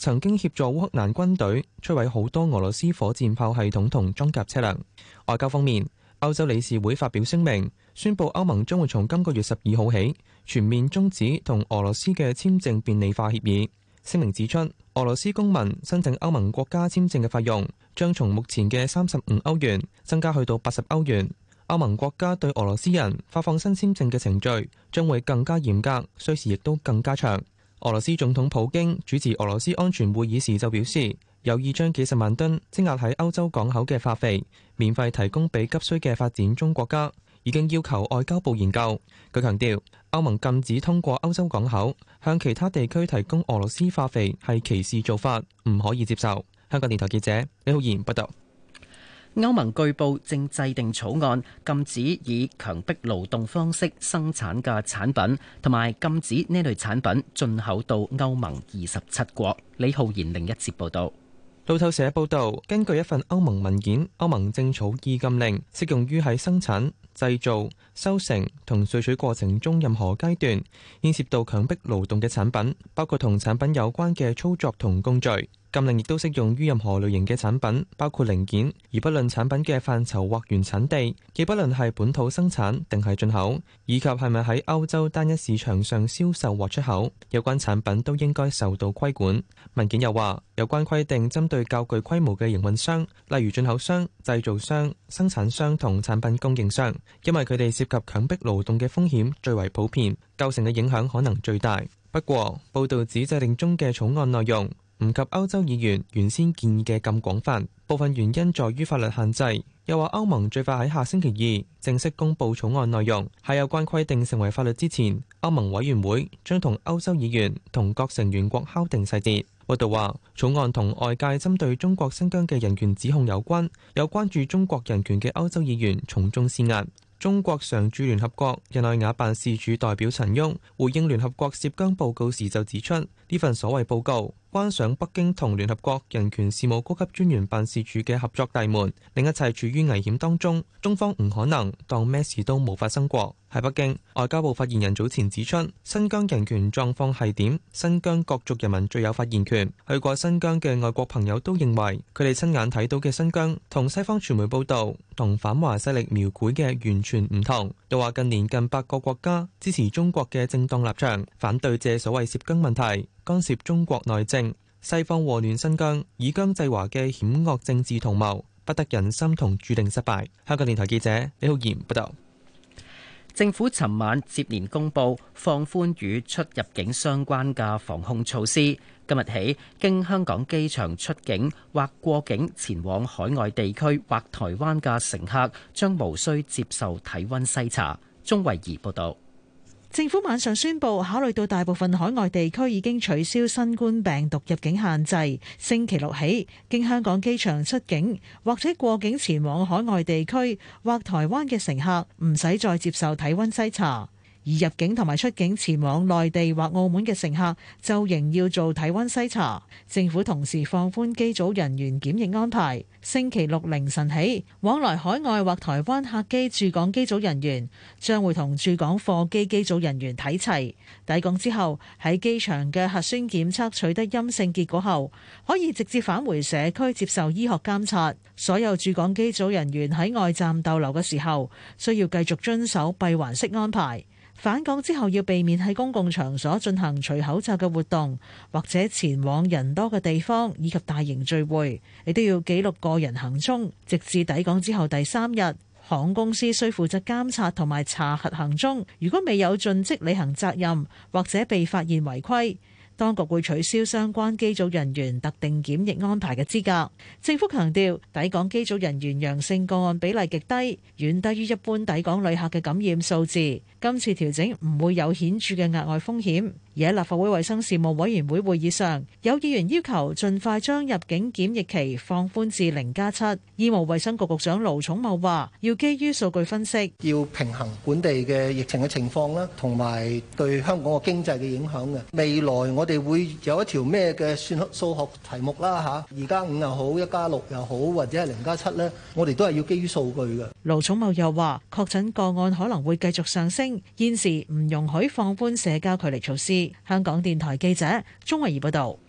曾經協助烏克蘭軍隊摧毀好多俄羅斯火箭炮系統同裝甲車輛。外交方面，歐洲理事會發表聲明，宣布歐盟將會從今個月十二號起全面終止同俄羅斯嘅簽證便利化協議。聲明指出，俄羅斯公民申請歐盟國家簽證嘅費用將從目前嘅三十五歐元增加去到八十歐元。歐盟國家對俄羅斯人發放新簽證嘅程序將會更加嚴格，需時亦都更加長。俄羅斯總統普京主持俄羅斯安全會議時就表示，有意將幾十萬噸積壓喺歐洲港口嘅化肥免費提供俾急需嘅發展中國家，已經要求外交部研究。佢強調，歐盟禁止通過歐洲港口向其他地區提供俄羅斯化肥係歧視做法，唔可以接受。香港電台記者李浩然報道。 歐盟據報正制定草案，禁止以強迫勞動方式生產嘅產品，同埋禁止呢類產品進口到歐盟二十七國。李浩然另一節報道。 路透社報道，根據一份歐盟文件，歐盟正草擬禁令，適用於喺生產、製造、收成同萃取過程中任何階段牽涉到強迫勞動嘅產品，包括同產品有關嘅操作同工序。禁令亦都適用於任何類型嘅產品，包括零件，而不論產品嘅範疇或原產地，亦不論係本土生產定係進口，以及係咪喺歐洲單一市場上銷售或出口，有關產品都應該受到規管。文件又話，有關規定針對較具規模嘅營運商，例如進口商、製造商、生產商同產品供應商，因為佢哋涉及強迫勞動嘅風險最為普遍，構成嘅影響可能最大。不過，報導指制定中嘅草案內容唔及歐洲議員原先建議嘅咁廣泛，部分原因在於法律限制。又話歐盟最快喺下星期二正式公佈草案內容，喺有關規定成為法律之前，歐盟委員會將同歐洲議員同各成員國敲定細節。報道話，草案同外界針對中國新疆嘅人權指控有關，有關注中國人權嘅歐洲議員從中施壓。中國常駐聯合國日內瓦辦事處代表陳旭回應聯合國涉疆報告時就指出，呢份所謂報告關上北京同聯合國人權事務高級專員辦事處嘅合作大門，令一切處於危險當中。中方唔可能當咩事都冇發生過。喺北京，外交部發言人早前指出，新疆人權狀況係點，新疆各族人民最有發言權。去過新疆嘅外國朋友都認為，佢哋親眼睇到嘅新疆同西方傳媒報導同反華勢力描繪嘅完全唔同。又話近年近百個國家支持中國嘅正當立場，反對借所謂涉疆問題干涉中國內政，西方禍亂新疆、以疆制華嘅險惡政治圖謀不得人心同注定失敗。香港電台記者李浩然報道。 政府尋晚接連公布放寬與出入境相關嘅防控措施。今日起，經香港機場出境或過境前往海外地區或台灣嘅乘客，將無需接受體溫篩查。鍾慧儀報道。 政府晚上宣布，考慮到大部分海外地區已經取消新冠病毒入境限制，星期六起，經香港機場出境或者過境前往海外地區或台灣嘅乘客，唔使再接受體溫篩查。而入境同埋出境前往內地或澳門嘅乘客就仍要做體溫篩查。政府同時放寬機組人員檢疫安排，星期六凌晨起，往來海外或台灣客機駐港機組人員將會同駐港貨機機組人員睇齊。抵港之後喺機場嘅核酸檢測取得陰性結果後，可以直接返回社區接受醫學監察。所有駐港機組人員喺外站逗留嘅時候，需要繼續遵守閉環式安排。返港之後要避免喺公共場所進行除口罩嘅活動，或者前往人多嘅地方以及大型聚會，你都要記錄個人行蹤，直至抵港之後第三日，航空公司需負責監察同埋查核行蹤。如果未有盡職履行責任，或者被發現違規，當局會取消相關機組人員特定檢疫安排嘅資格。政府強調，抵港機組人員陽性個案比例極低，遠低於一般抵港旅客嘅感染數字。今次調整唔會有顯著嘅額外風險。而喺立法會衛生事務委員會會議上，有議員要求盡快將入境檢疫期放寬至零加七。醫務衛生局局長盧寵茂話，要基於數據分析， 要平衡本地嘅疫情嘅情況啦，同埋對香港嘅經濟嘅影響嘅。未來我哋會有一條咩嘅算數學題目啦嚇，二加五又好，一加六又好，或者係零加七呢，我哋都係要基於數據嘅。 盧寵茂又話，確診個案可能會繼續上升，現時唔容許放寬社交距離措施。香港電台記者鍾慧儀報道。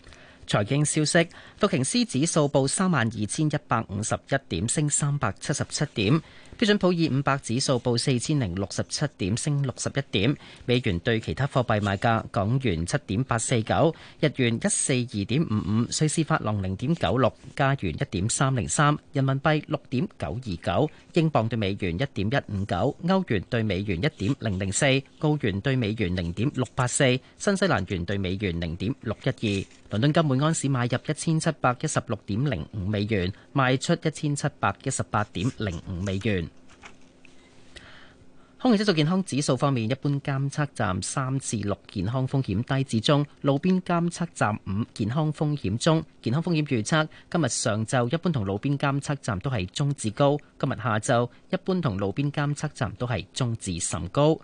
財經消息，道瓊斯指數報三萬二千一百五十一點，升三百七十七點。標準普爾五百指數報四千零六十七點，升六十一點。美元對其他貨幣賣價：港元七點八四九，日元一四二點五五，瑞士法郎零點九六，加元一點三零三，人民幣六點九二九，英鎊對美元一點一五九，歐元對美元一點零零四，澳元對美元零點六八四，新西蘭元對美元零點六一二。倫敦金每安士買入一千七百一十六點零五美元，賣出一千七百一十八點零五美元。空氣質素健康指數方面，一般監測站三至六，健康風險低至中；路邊監測站五，健康風險中。健康風險預測今日上晝一般同路邊監測站都係中至高，今日下晝一般同路邊監測站都係中至甚高。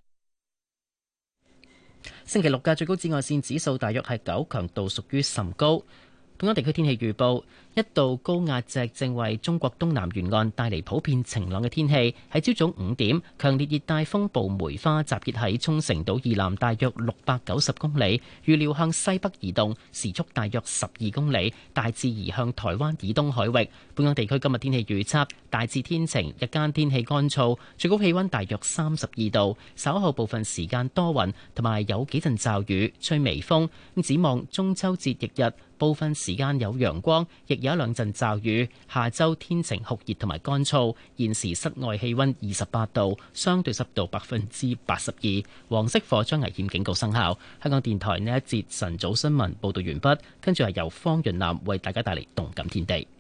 星期六嘅最高紫外線指數大約係九，強度屬於甚高。本港地區天氣預報，一道高壓脊正為中國東南沿岸帶嚟普遍晴朗嘅天氣。喺朝早五點，強烈熱帶風暴梅花集結喺沖繩島以南大約六百九十公里，預料向西北移動，時速大約十二公里，大致移向台灣以東海域。本港地區今日天氣預測，大致天晴，日間天氣乾燥，最高氣溫大約三十二度，稍後部分時間多雲，同埋有幾陣驟雨，吹微風。咁展望中秋節翌日，部分時間有陽光，亦有一兩陣驟雨。下周天晴酷熱同埋乾燥。現時室外氣溫二十八度，相對濕度百分之八十二。黃色火災危險警告生效。香港電台呢一節晨早新聞報道完畢，跟住係由方潤南為大家帶嚟動感天地。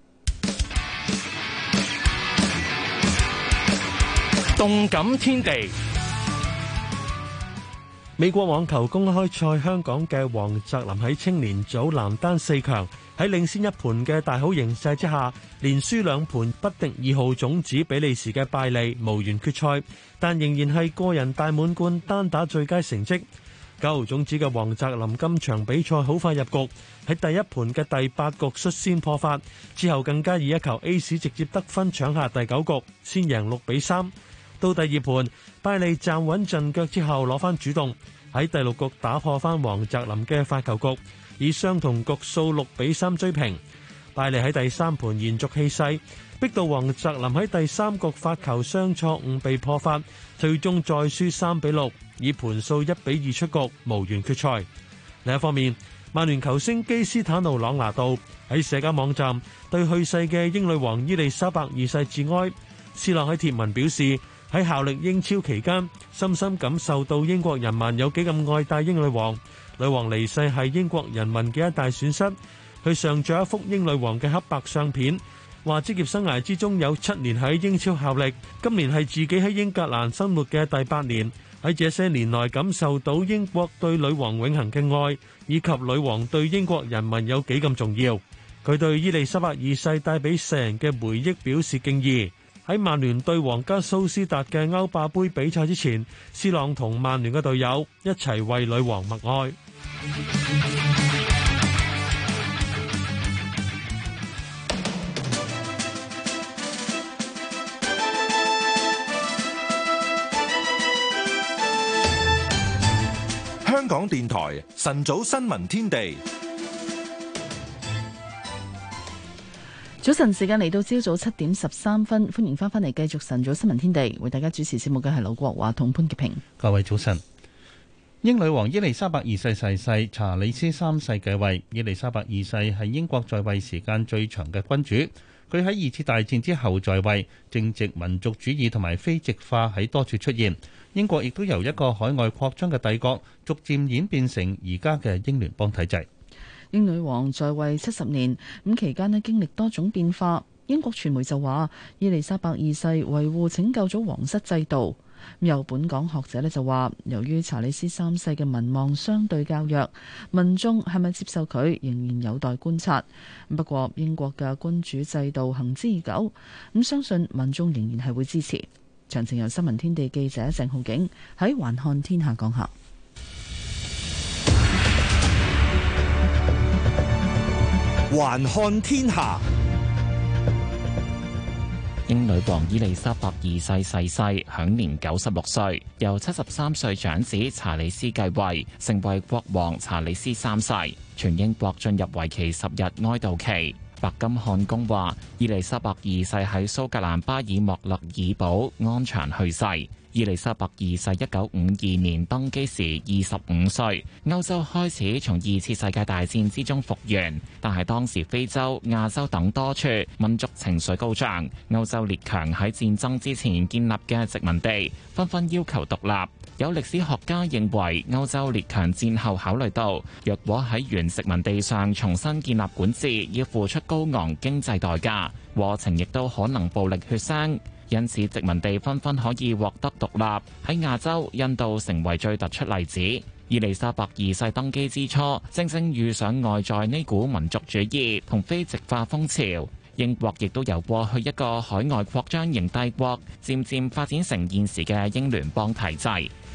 動感天地。美國網球公開賽，香港嘅黃澤林喺青年組男單四強，喺領先一盤嘅大好形勢之下，連輸兩盤不敵二號種子比利時嘅拜利，無緣決賽，但仍然係個人大滿貫單打最佳成績。九號種子嘅黃澤林今場比賽好快入局，喺第一盤嘅第八局率先破發，之後更加以一球 ace 直接得分搶下第九局，先贏六比三。到第二盤，拜利站穩陣腳之後攞翻主動，喺第六局打破翻黃澤林嘅發球局，以相同局數六比三追平。拜利喺第三盤延續氣勢，逼到黃澤林喺第三局發球雙錯誤被破發，最終再輸三比六，以盤數一比二出局，無緣決賽。另一方面，曼聯球星基斯坦奴朗拿度喺社交網站對去世嘅英女王伊麗莎白二世致哀。斯朗喺貼文表示，喺效力英超期間，深深感受到英國人民有幾咁愛戴英女王。女王離世係英國人民嘅一大損失。佢上咗一幅英女王嘅黑白相片，話職業生涯之中有七年喺英超效力，今年係自己喺英格蘭生活嘅第八年。喺這些年來感受到英國對女王永恆嘅愛，以及女王對英國人民有幾咁重要。佢對伊麗莎白二世帶俾世人嘅回憶表示敬意。喺曼聯對皇家蘇斯達嘅歐霸盃比賽之前，斯朗同曼聯嘅隊友一齊為女王默哀。 香港電台晨早新聞天地。 早晨時間嚟到朝早七點十三分，歡迎翻返嚟繼續晨早新聞天地，為大家主持節目嘅係劉國華同潘潔平。 各位早晨。英女王伊麗莎白二世逝世，查理斯三世繼位。伊麗莎白二世係英國在位時間最長嘅君主，佢喺二次大戰之後在位，正值民族主義同埋非殖化喺多處出現，英國亦都由一個海外擴張嘅帝國逐漸演變成而家嘅英聯邦體制。 英女王在位七十年，咁期間咧經歷多種變化。英國傳媒就話，伊麗莎白二世維護拯救咗皇室制度。有本港學者咧就話，由於查理斯三世嘅民望相對較弱，民眾係咪接受佢仍然有待觀察。不過英國嘅君主制度行之已久，咁相信民眾仍然係會支持。詳情由新聞天地記者鄭浩景喺環看天下講下。 環看天下， 英女王伊麗莎白二世逝世，享年九十六歲，由七十三歲長子查理斯繼位，成為國王查理斯三世。全英國進入為期十日哀悼期。白金漢宮話，伊麗莎白二世喺蘇格蘭巴爾莫勒爾堡安詳去世。伊麗莎白二世一九五二年登基時二十五歲，歐洲開始從二次世界大戰之中復原，但係當時非洲、亞洲等多處民族情緒高漲，歐洲列強喺戰爭之前建立嘅殖民地紛紛要求獨立。有歷史學家認為，歐洲列強戰後考慮到，若果喺原殖民地上重新建立管治，要付出高昂經濟代價，過程亦都可能暴力血腥。因此，殖民地紛紛可以獲得獨立。喺亞洲，印度成為最突出例子。伊麗莎白二世登基之初，正正遇上外在呢股民族主義同非殖化風潮。英國亦都由過去一個海外擴張型帝國，漸漸發展成現時嘅英聯邦體制。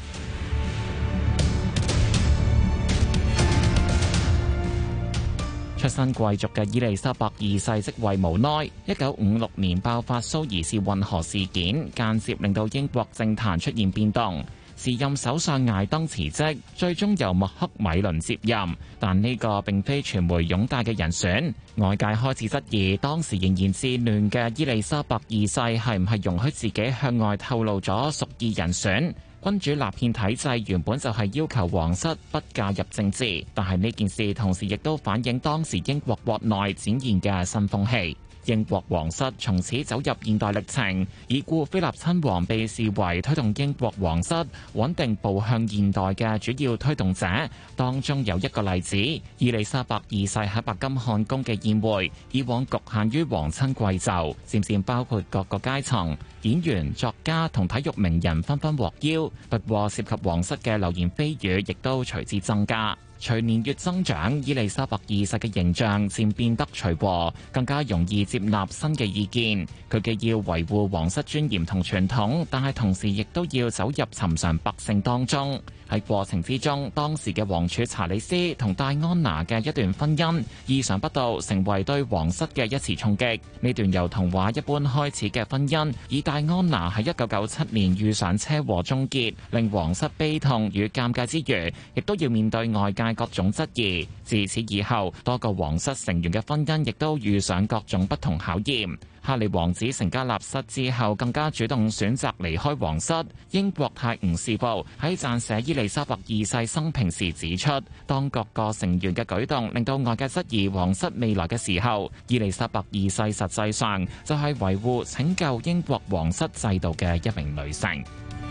出身貴族嘅伊麗莎白二世即位無耐，一九五六年爆發蘇伊士運河事件，間接令到英國政壇出現變動。時任首相艾登辭職，最終由麥克米倫接任，但呢個並非傳媒擁戴嘅人選。外界開始質疑，當時仍然治亂嘅伊麗莎白二世係唔係容許自己向外透露咗屬意人選？君主立憲體制原本就係要求皇室不介入政治，但係呢件事同時亦都反映當時英國國內展現嘅新風氣。英國皇室從此走入現代歷程，已故菲臘親王被視為推動英國皇室穩定步向現代嘅主要推動者。當中有一個例子，伊麗莎白二世喺白金漢宮嘅宴會，以往局限於皇親貴胄，漸漸包括各個階層，演員、作家同體育名人紛紛獲邀。不過涉及皇室嘅流言蜚語亦都隨之增加。隨年月增長，伊麗莎白二世嘅形象漸變得隨和，更加容易接納新嘅意見。佢既要維護皇室尊嚴同傳統，但係同時亦都要走入尋常百姓當中。喺過程之中，當時嘅王儲查理斯同戴安娜嘅一段婚姻，意想不到成為對皇室嘅一次衝擊。呢段由童話一般開始嘅婚姻，以戴安娜喺一九九七年遇上車禍終結，令皇室悲痛與尷尬之餘，亦都要面對外界各種質疑。自此以後，多個皇室成員嘅婚姻亦都遇上各種不同考驗。哈利王子成家立室之後，更加主動選擇離開皇室。英國泰晤士報喺撰寫伊麗莎白二世生平時指出，當各個成員嘅舉動令到外界質疑皇室未來嘅時候，伊麗莎白二世實際上就係維護拯救英國皇室制度嘅一名女性。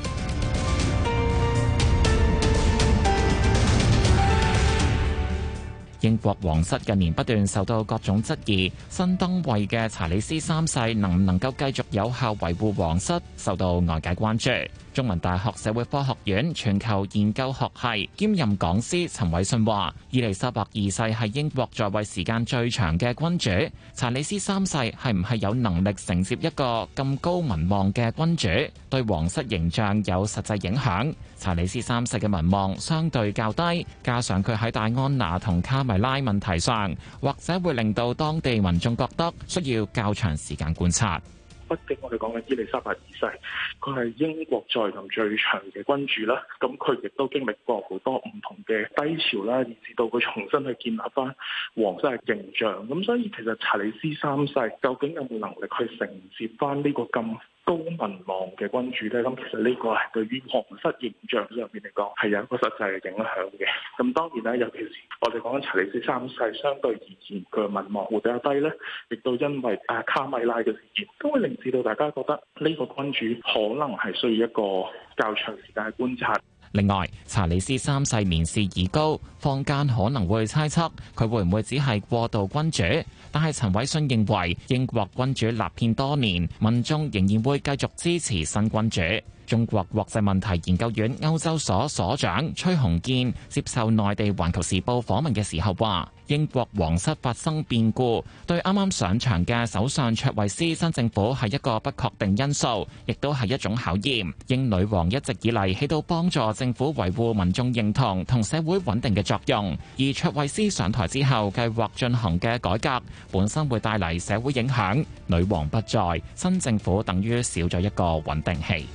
英國皇室近年不斷受到各種質疑，新登位嘅查理斯三世能唔能夠繼續有效維護皇室，受到外界關注。中文大學社會科學院全球研究學系兼任講師陳偉信話，伊麗莎白二世係英國在位時間最長嘅君主，查理斯三世係唔係有能力承接一個咁高民望嘅君主，對皇室形象有實際影響。查理斯三世嘅民望相對較低，加上佢喺戴安娜同卡米拉問題上，或者會令到當地民眾覺得需要較長時間觀察。 畢竟我哋講緊伊麗莎白二世，佢係英國在任最長嘅君主啦。咁佢亦都經歷過好多唔同嘅低潮啦，以至到佢重新去建立翻皇室嘅形象。咁所以其實查理斯三世究竟有冇能力去承接翻呢個咁高民望嘅君主呢？咁其實呢個係對於皇室形象上面嚟講係有一個實際嘅影響嘅。咁當然啦，尤其是我哋講緊查理斯三世，相對而言佢嘅民望會比較低呢，亦都因為誒卡米拉嘅事件，都會令至到大家覺得呢個君主可能係需要一個較長時間嘅觀察。 另外，查理斯三世年事已高，坊間可能會猜測佢會唔會只係過渡君主。但係陳偉信認為，英國君主立憲多年，民眾仍然會繼續支持新君主。 中國國際問題研究院歐洲所所長崔洪建接受內地環球時報訪問嘅時候話，英國皇室發生變故，對啱啱上場嘅首相卓慧思新政府係一個不確定因素，亦都係一種考驗。英女王一直以嚟起到幫助政府維護民眾認同同社會穩定嘅作用，而卓慧思上台之後計劃進行嘅改革，本身會帶嚟社會影響。女王不在，新政府等於少咗一個穩定器。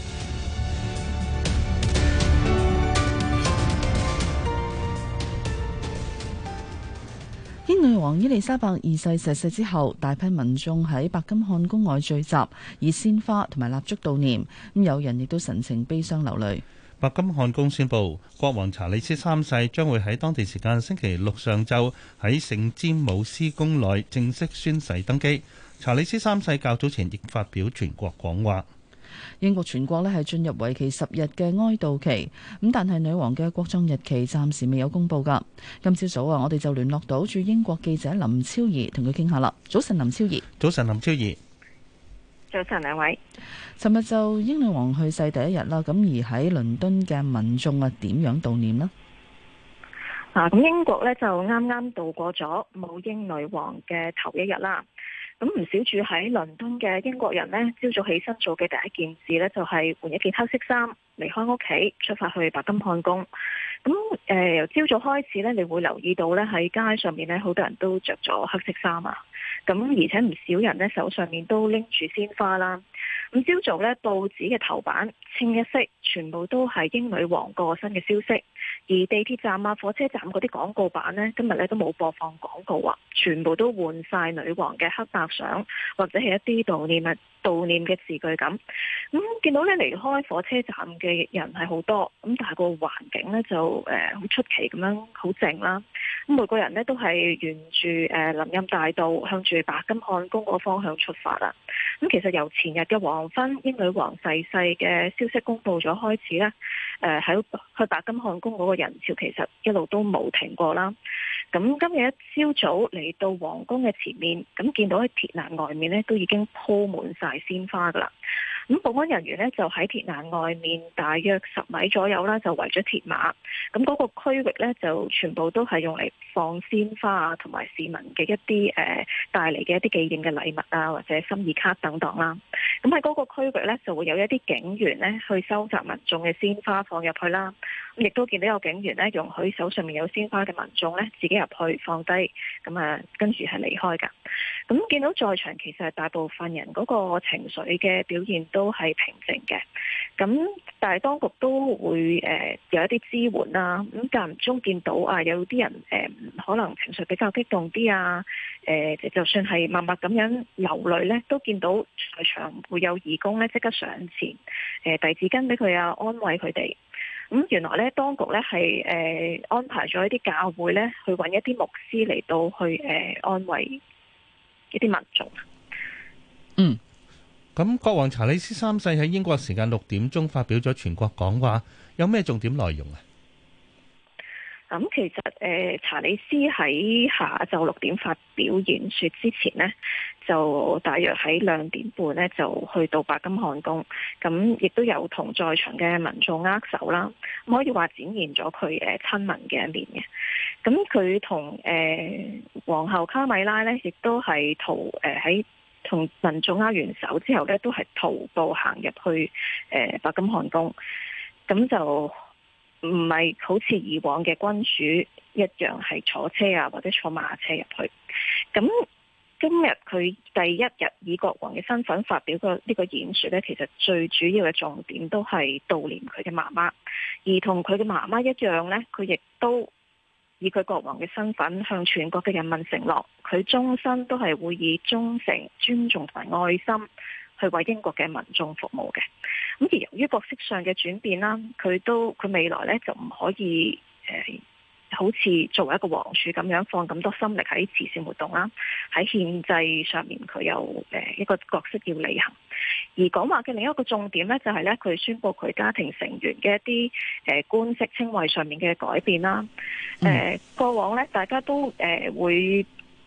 英女王伊麗莎白二世逝世之後，大批民眾喺白金漢宮外聚集，以鮮花同埋蠟燭悼念。咁有人亦都神情悲傷流淚。 白金漢宮宣布，國王查理斯三世將會喺當地時間星期六上晝喺聖詹姆斯宮內正式宣誓登基。查理斯三世較早前亦發表全國講話。 英國全國咧係進入為期十日嘅哀悼期，咁但係女王嘅國葬日期暫時未有公布噶。今朝早啊，我哋就聯絡到駐英國記者林超儀，同佢傾下啦。早晨，林超儀。 早晨，林超儀。 早晨，兩位。 尋日就英女王去世第一日啦，咁而喺倫敦嘅民眾啊，點樣悼念呢？ 啊，咁英國咧就啱啱度過咗冇英女王嘅頭一日啦。咁唔少住喺倫敦嘅英國人呢，朝早起身做嘅第一件事呢，就係換一件黑色衫，離開屋企，出發去白金漢宮。咁誒、呃、由朝早開始呢，你會留意到呢，喺街上面呢，好多人都着咗黑色衫啊。咁而且唔少人呢，手上面都拎住鮮花啦。咁朝早呢，報紙嘅頭版清一色，全部都係英女王過身嘅消息。而地鐵站啊、火車站嗰啲廣告板呢，今日呢都冇播放廣告啊，全部都換晒女王嘅黑白相，或者係一啲悼念啊、悼念嘅字句咁。咁、嗯、見到呢離開火車站嘅人係好多，咁但係個環境呢就誒好、呃、出奇咁樣好靜啦。咁每個人呢都係沿住誒林蔭大道向住白金漢宮嗰個方向出發啦。咁其實由前日嘅黃昏，英女王逝世嘅消息公佈咗開始呢，誒、呃、喺去白金漢宮嗰個人潮其實一路都冇停過啦。咁今日一朝早嚟到皇宮嘅前面，咁見到喺鐵欄外面呢都已經鋪滿晒鮮花噶啦。咁保安人員呢就喺鐵欄外面大約十米左右啦，就圍咗鐵馬。咁嗰個區域呢，就全部都係用嚟放鮮花啊，同埋市民嘅一啲誒、呃、帶嚟嘅一啲紀念嘅禮物啊，或者心意卡等等啦。咁喺嗰個區域呢，就會有一啲警員呢去收集民眾嘅鮮花放入去啦。咁亦都見到有警員呢容許手上面有鮮花嘅民眾呢自己入去放低，咁啊跟住係離開㗎。咁見到在場其實係大部分人嗰個情緒嘅表現都係平靜嘅。咁但係當局都會誒、呃、有一啲支援啦。咁間唔中見到啊有啲人誒、呃、可能情緒比較激動啲啊，誒、呃、就算係默默咁樣流淚呢，都見到在場會有義工呢即刻上前誒遞紙巾俾佢啊，安慰佢哋。咁原來咧，當局咧係誒安排咗一啲教會咧，去揾一啲牧師嚟到去誒、呃、安慰一啲民眾。 嗯， 咁國王查理斯三世喺英國時間六點鐘發表咗全國講話，有咩重點內容啊？ 咁、嗯、其實誒、呃、查理斯喺下晝六點發表演說之前呢，就大約喺兩點半呢就去到白金漢宮，咁亦都有同在場嘅民眾握手啦，可以話展現咗佢誒親民嘅一面嘅。咁佢同誒皇后卡米拉呢，亦都係徒誒喺同民眾握完手之後呢，都係徒步行入去誒、呃、白金漢宮，咁就唔係好似以往嘅君主一樣係坐車啊或者坐馬車入去。咁今日佢第一日以國王嘅身份發表個呢個演說呢，其實最主要嘅重點都係悼念佢嘅媽媽，而同佢嘅媽媽一樣呢，佢亦都以佢國王嘅身份向全國嘅人民承諾，佢終身都係會以忠誠、尊重同埋愛心去為英國嘅民眾服務嘅。咁而由於角色上嘅轉變啦，佢都佢未來咧就唔可以誒、呃，好似作為一個王儲咁樣放咁多心力喺慈善活動啦，喺憲制上面佢有誒一個角色要履行。而講話嘅另一個重點咧，就係咧佢宣布佢家庭成員嘅一啲誒、呃、官職稱謂上面嘅改變啦。誒、呃、過往咧，大家都誒、呃、會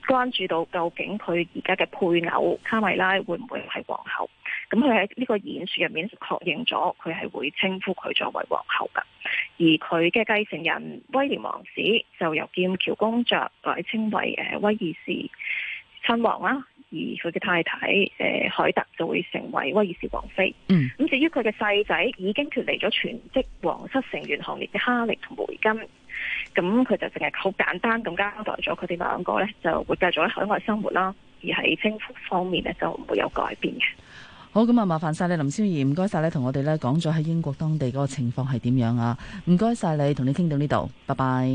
關注到究竟佢而家嘅配偶卡米拉會唔會係皇后。咁佢喺呢個演說入面確認咗，佢係會稱呼佢作為皇后㗎。而佢嘅繼承人威廉王子就由劍橋公爵改稱為誒威爾士親王啦。而佢嘅太太誒、呃、凱特就會成為威爾士王妃。嗯，咁至於佢嘅細仔已經脫離咗全職皇室成員行列嘅哈利同梅根，咁佢就淨係好簡單咁交代咗佢哋兩個咧就會繼續喺海外生活啦，而喺稱呼方面咧就唔會有改變嘅。 好，咁啊，麻煩晒你林昭儀，唔該晒你同我哋咧講咗喺英國當地嗰個情況係點樣啊？唔該晒你，同你傾到呢度，拜拜。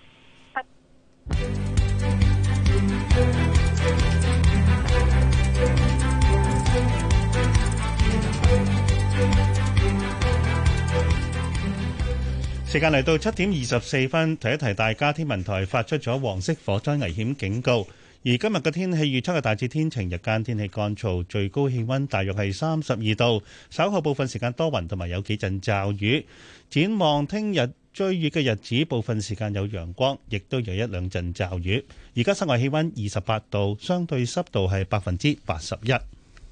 時間嚟到七點二十四分，提一提大家，天文台發出咗黃色火災危險警告。而今日嘅天氣預測係大致天晴，日間天氣乾燥，最高氣溫大約係三十二度。稍後部分時間多雲同埋有幾陣驟雨。展望聽日追雨嘅日子，部分時間有陽光，亦都有一兩陣驟雨。而家室外氣溫二十八度，相對濕度係百分之八十一。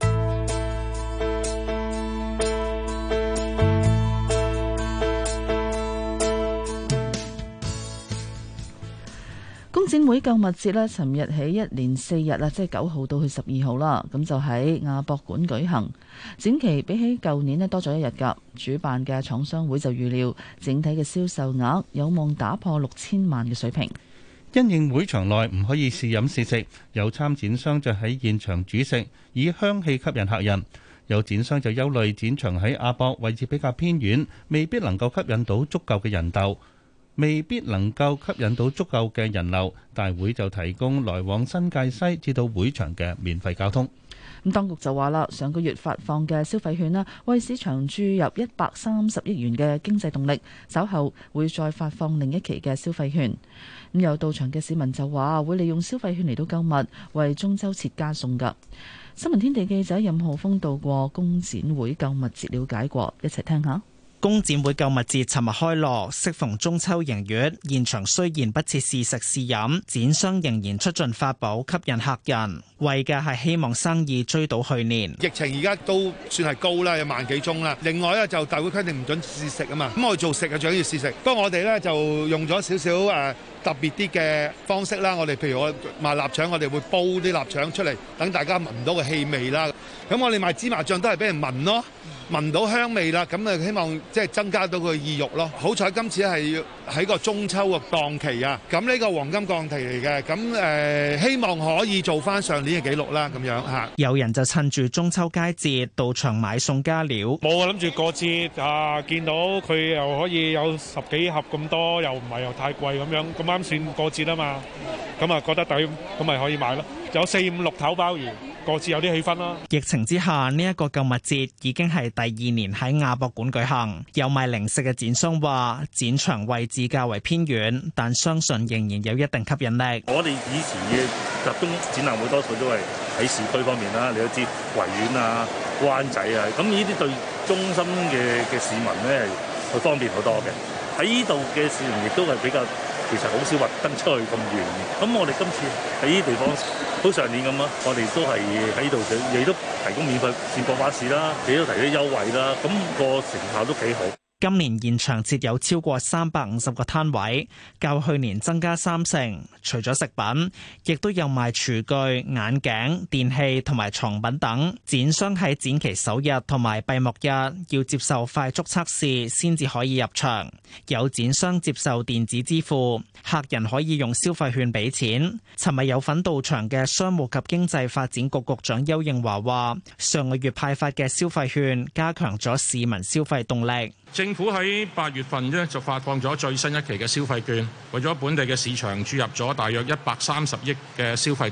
工展會購物節呢，尋日起一連四日啊，即係九號到去十二號啦，咁就喺亞博館舉行。展期比起舊年呢多咗一日㗎。主辦嘅廠商會就預料整體嘅銷售額有望打破六千萬嘅水平。 因應會場內唔可以試飲試食，有參展商就喺現場煮食，以香氣吸引客人。有展商就憂慮展場喺亞博位置比較偏遠，未必能夠吸引到足夠嘅人流。未必能夠吸引到足夠嘅人流，大會就提供來往新界西至到會場嘅免費交通。 咁當局就話啦，上個月發放嘅消費券啦，為市場注入一百三十億元嘅經濟動力，稍後會再發放另一期嘅消費券。咁有到場嘅市民就話會利用消費券嚟到購物，為中秋節加餸㗎。新聞天地記者任浩峰到過工展會購物節了解過，一齊聽下。 工展會購物節尋日開鑼，適逢中秋迎月，現場雖然不設試食試飲，展商仍然出盡法寶吸引客人，為嘅係希望生意追到去年。 疫情而家都算係高啦，有萬幾宗啦。另外咧就大會規定唔準試食啊嘛，咁我哋做食啊最緊要試食。不過我哋咧就用咗少少誒特別啲嘅方式啦。我哋譬如我賣臘腸，我哋會煲啲臘腸出嚟，等大家聞到個氣味啦。咁我哋賣芝麻醬都係俾人聞咯。聞到香味啦，咁啊希望即係增加到佢意欲咯。好彩今次係喺個中秋嘅檔期啊，咁呢個黃金檔期嚟嘅，咁誒、呃、希望可以做翻上年嘅紀錄啦，咁樣嚇。 有人就趁住中秋佳節到場買餸加料， 冇啊，諗住過節啊，見到佢又可以有十幾盒咁多，又唔係又太貴咁樣，咁啱算過節啊嘛，咁啊覺得抵，咁咪可以買咯。有四五六頭鮑魚，過節有啲氣氛啦。 疫情之下，呢、這、一個購物節已經係第二年喺亞博館舉行。有賣零食嘅展商話，展場位置較為偏遠，但相信仍然有一定吸引力。 我哋以前嘅集中展覽會多數都係喺市區方面啦，你都知維園啊、灣仔啊，咁呢啲對中心嘅嘅市民咧係會方便好多嘅。喺呢度嘅市民亦都係比較。其實好少話登出去咁遠，咁我哋今次喺呢地方好上年咁啊，我哋都係喺度亦都提供免費接駁巴士啦，亦都提供優惠啦，咁個成效都幾好。 今年現場設有超過三百五十個攤位，較去年增加三成。除咗食品，亦都有賣廚具、眼鏡、電器同埋床品等。展商喺展期首日同埋閉幕日要接受快速測試先至可以入場。有展商接受電子支付，客人可以用消費券俾錢。尋日有份到場嘅商務及經濟發展局局長邱應華話，上個月派發嘅消費券加強咗市民消費動力。 政府喺八月份咧就發放咗最新一期嘅消費券，為咗本地嘅市場注入咗大約一百三十億嘅消費動力。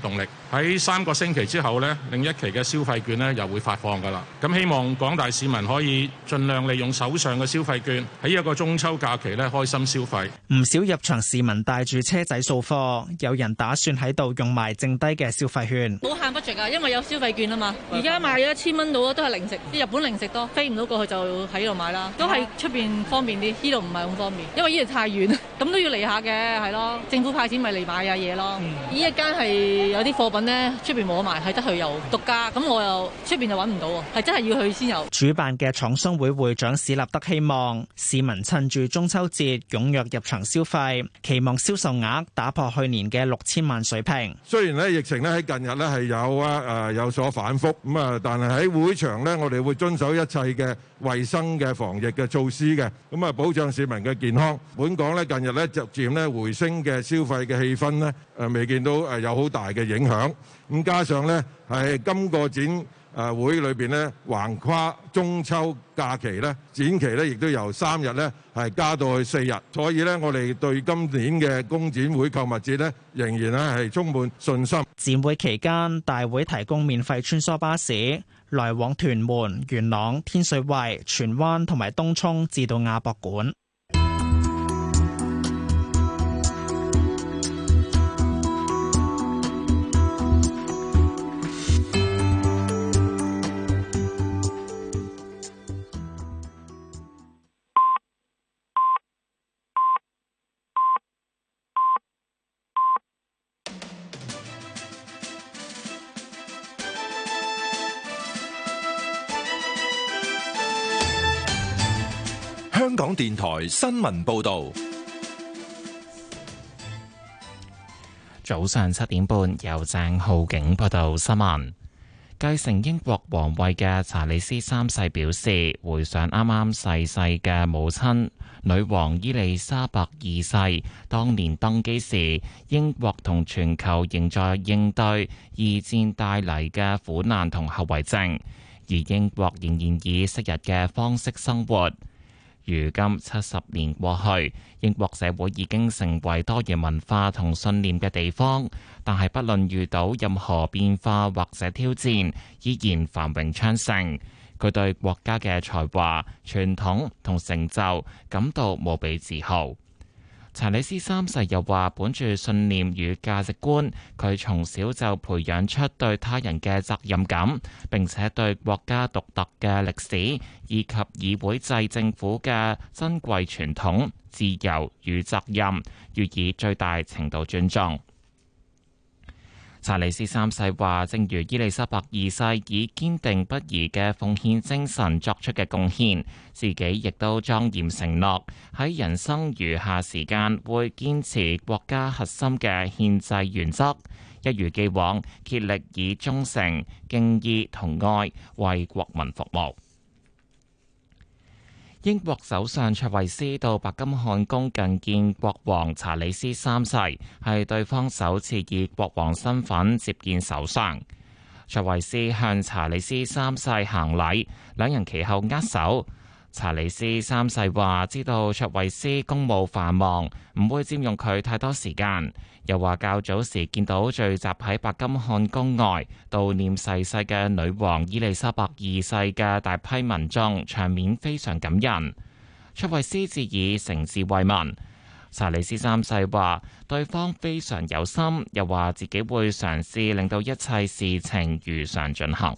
喺三個星期之後呢，另一期嘅消費券呢又會發放㗎啦。咁希望廣大市民可以盡量利用手上嘅消費券，喺一個中秋假期呢開心消費。 唔少入場市民帶住車仔掃貨，有人打算喺度用埋剩低嘅消費券。 冇限 budget㗎，因為有消費券啊嘛。而家買咗一千蚊到都係零食，啲日本零食多，飛唔到過去就喺度買啦。都係出邊方便啲，呢度唔係咁方便，因為呢度太遠，咁都要嚟下嘅，係咯。政府派錢咪嚟買下嘢咯。呢、嗯、一間係有啲貨品呢，出邊冇得賣，係得佢有獨家，咁我又出邊就揾唔到喎，係真係要去先有。 主辦嘅廠商會會長史立德希望市民趁住中秋節踴躍入場消費，期望銷售額打破去年嘅六千萬水平。 雖然咧疫情咧喺近日咧係有啊誒有所反覆咁啊，但係喺會場咧我哋會遵守一切嘅衛生嘅防疫嘅措施嘅，咁啊保障市民嘅健康。本港咧近日咧逐漸咧回升嘅消費嘅氣氛咧誒未見到誒有好大嘅影響。咁加上咧係今個展誒會裏邊咧橫跨中秋假期咧，展期咧亦都由三日咧係加到去四日，所以咧我哋對今年嘅工展會購物節咧仍然咧係充滿信心。 展會期間，大會提供免費穿梭巴士，來往屯門、元朗、天水圍、荃灣同埋東涌至到亞博館。 香港電台新聞報道， 早上七點半由鄭浩景報道新聞。繼承英國皇位嘅查理斯三世表示，回想啱啱逝世嘅母親女王伊麗莎白二世當年登基時，英國同全球仍在應對二戰帶嚟嘅苦難同後遺症，而英國仍然以昔日嘅方式生活。如今七十年過去，英國社會已經成為多元文化同信念嘅地方，但係不論遇到任何變化或者挑戰，依然繁榮昌盛。佢對國家嘅才華、傳統同成就感到無比自豪。查理斯三世又話，本住信念與價值觀，佢從小就培養出對他人嘅責任感，並且對國家獨特嘅歷史以及議會制政府嘅珍貴傳統、自由與責任予以最大程度尊重。查理斯三世話，正如伊麗莎白二世以堅定不移嘅奉獻精神作出嘅貢獻，自己亦都莊嚴承諾喺人生餘下時間會堅持國家核心嘅憲制原則，一如既往竭力以忠誠、敬意同愛為國民服務。英國首相卓慧思到白金漢宮覲見國王查理斯三世，係對方首次以國王身份接見首相。卓慧思向查理斯三世行禮，兩人其後握手。查理斯三世話知道卓慧思公務繁忙，唔會佔用佢太多時間。又話較早時見到聚集喺白金漢宮外悼念逝世嘅女王伊麗莎白二世嘅大批民眾，場面非常感人。卓慧思致以誠摯慰問。查理斯三世話對方非常有心，又話自己會嘗試令到一切事情如常進行。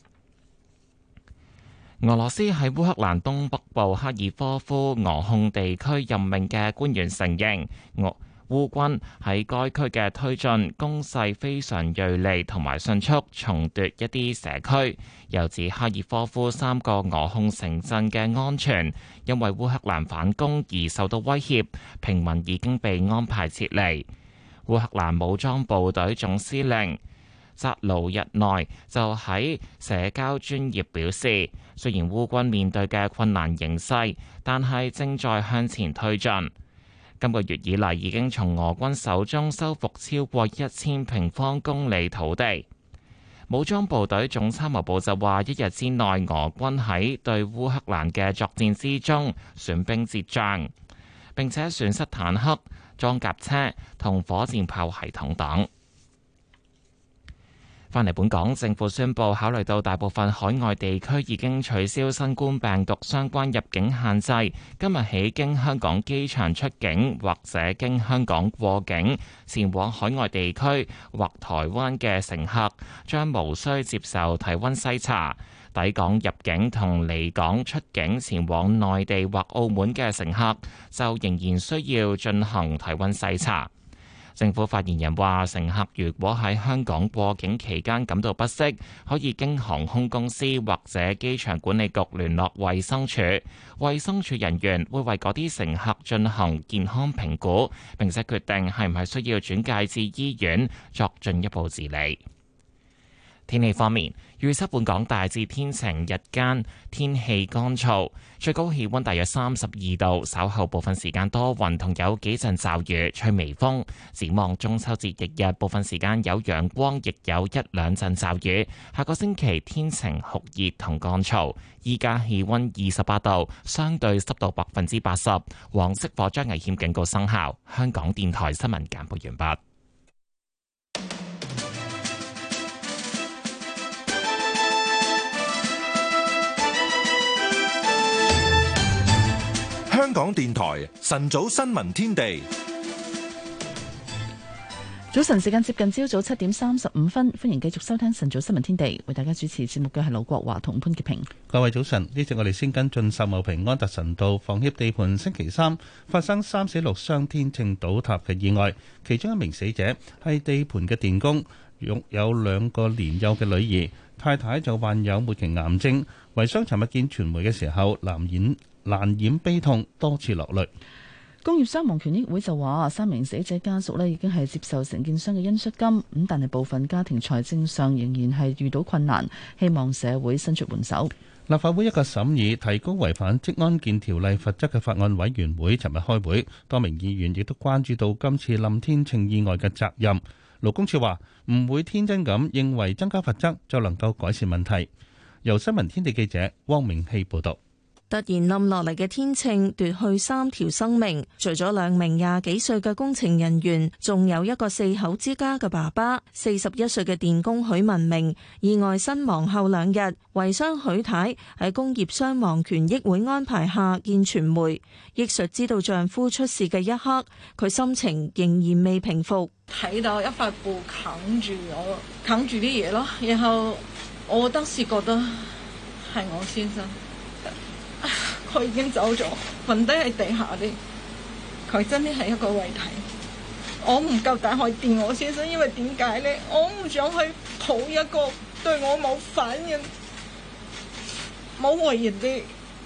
俄羅斯喺烏克蘭東北部哈爾科夫俄控地區任命嘅官員承認，俄烏軍喺該區嘅推進攻勢非常銳利同埋迅速，重奪一啲社區。又指哈爾科夫三個俄控城鎮嘅安全因為烏克蘭反攻而受到威脅，平民已經被安排撤離。烏克蘭武裝部隊總司令扎盧日內就喺社交專頁表示，雖然烏軍面對嘅困難形勢，但係正在向前推進。今個月以嚟已經從俄軍手中收復超過一千平方公里土地。武裝部隊總參謀部就話，一日之內俄軍喺對烏克蘭嘅作戰之中損兵折將，並且損失坦克、裝甲車同火箭炮系統等。 返嚟本港，政府宣布考慮到大部分海外地區已經取消新冠病毒相關入境限制，今日起經香港機場出境或者經香港過境前往海外地區或台灣嘅乘客，將無需接受體溫篩查。抵港入境同離港出境前往內地或澳門嘅乘客，就仍然需要進行體溫篩查。政府發言人話，乘客如果喺香港過境期間感到不適，可以經航空公司或者機場管理局聯絡衛生署，衛生署人員會為嗰啲乘客進行健康評估，並且決定係唔係需要轉介至醫院作進一步治理。天氣方面，預測本港大致天晴，日間天氣乾燥，最高氣溫大約三十二度，稍後部分時間多雲同有幾陣驟雨，吹微風。展望中秋節翌日，部分時間有陽光，亦有一兩陣驟雨。下個星期天晴酷熱同乾燥。依家氣溫二十八度，相對濕度百分之八十，黃色火災危險警告生效。香港電台新聞簡報完畢。 香港電台晨早新聞天地， 早晨時間接近朝早七點三十五分，歡迎繼續收聽晨早新聞天地，為大家主持節目嘅係劉國華同潘潔平。 各位早晨，呢節我哋先跟進秀茂坪安達臣道房協地盤星期三發生三死六傷天秤倒塌嘅意外，其中一名死者係地盤嘅電工，育有兩個年幼嘅女兒，太太就患有末期癌症，遺孀尋日見傳媒嘅時候難掩難掩悲痛，多次落淚。 工業傷亡權益會就話，三名死者家屬咧已經係接受承建商嘅恩恤金，咁但係部分家庭財政上仍然係遇到困難，希望社會伸出援手。 立法會一個審議提高違反職安健條例罰則嘅法案委員會尋日開會，多名議員亦都關注到今次冧天秤意外嘅責任。勞工處話唔會天真咁認為增加罰則就能夠改善問題。由新聞天地記者汪明希報道。 突然冧落嚟嘅天秤奪去三條生命，除咗兩名廿幾歲嘅工程人員，仲有一個四口之家嘅爸爸，四十一歲嘅電工許文明，意外身亡後兩日，遺孀許太喺工業傷亡權益會安排下見傳媒，憶述知道丈夫出事嘅一刻，佢心情仍然未平復。 睇到一塊布冚住我，冚住啲嘢咯，然後我當時覺得係我先生。佢已經走咗，瞓低喺地下啲。佢真係係一個遺體。我唔夠膽去掂我先生，因為點解呢？我唔想去抱一個對我冇反應、冇為人哋。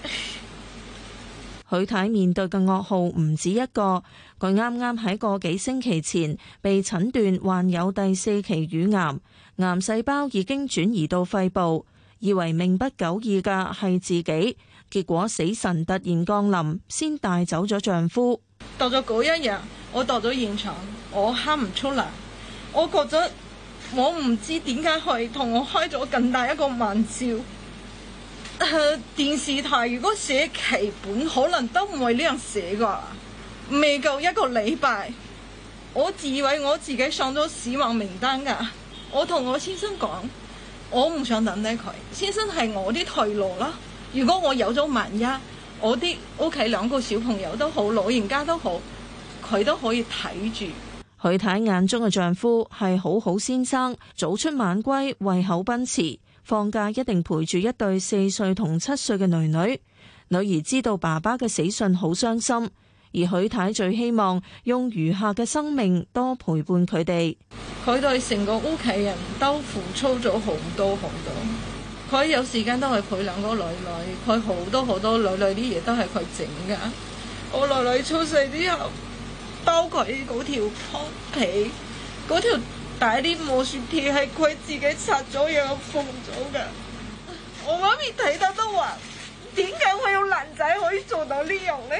許太面對嘅噩耗唔止一個，佢啱啱喺個幾星期前被診斷患有第四期乳癌，癌細胞已經轉移到肺部，以為命不久矣嘅係自己。結果死神突然降臨，先帶走咗丈夫。 到咗嗰一日，我到咗現場，我喊唔出嚟。我覺得我唔知點解佢同我開咗咁大一個玩笑。呃、電視台如果寫劇本，可能都唔會呢樣寫㗎。未夠一個禮拜，我自以為我自己上咗死亡名單㗎。我同我先生講，我唔想等低佢。先生係我啲退路啦。如果我有咗萬一，我啲屋企兩個小朋友都好，老人家都好，佢都可以睇住。 許太眼中嘅丈夫係好好先生，早出晚歸，為口奔馳，放假一定陪住一對四歲同七歲嘅女女。女兒知道爸爸嘅死訊好傷心，而許太最希望用餘下嘅生命多陪伴佢哋。 佢對成個屋企人都付出咗好多好多。佢有時間都係陪兩個女女，佢好多好多女女啲嘢都係佢整㗎。我女女出世之後，包佢嗰條湯被、嗰條大啲磨雪條係佢自己拆咗又縫咗㗎。我媽咪睇得都話：點解我有男仔可以做到呢樣呢？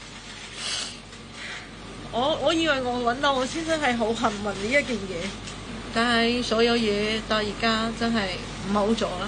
我我以為我揾到我先生係好幸運呢一件嘢，但係所有嘢到而家真係唔好做啦。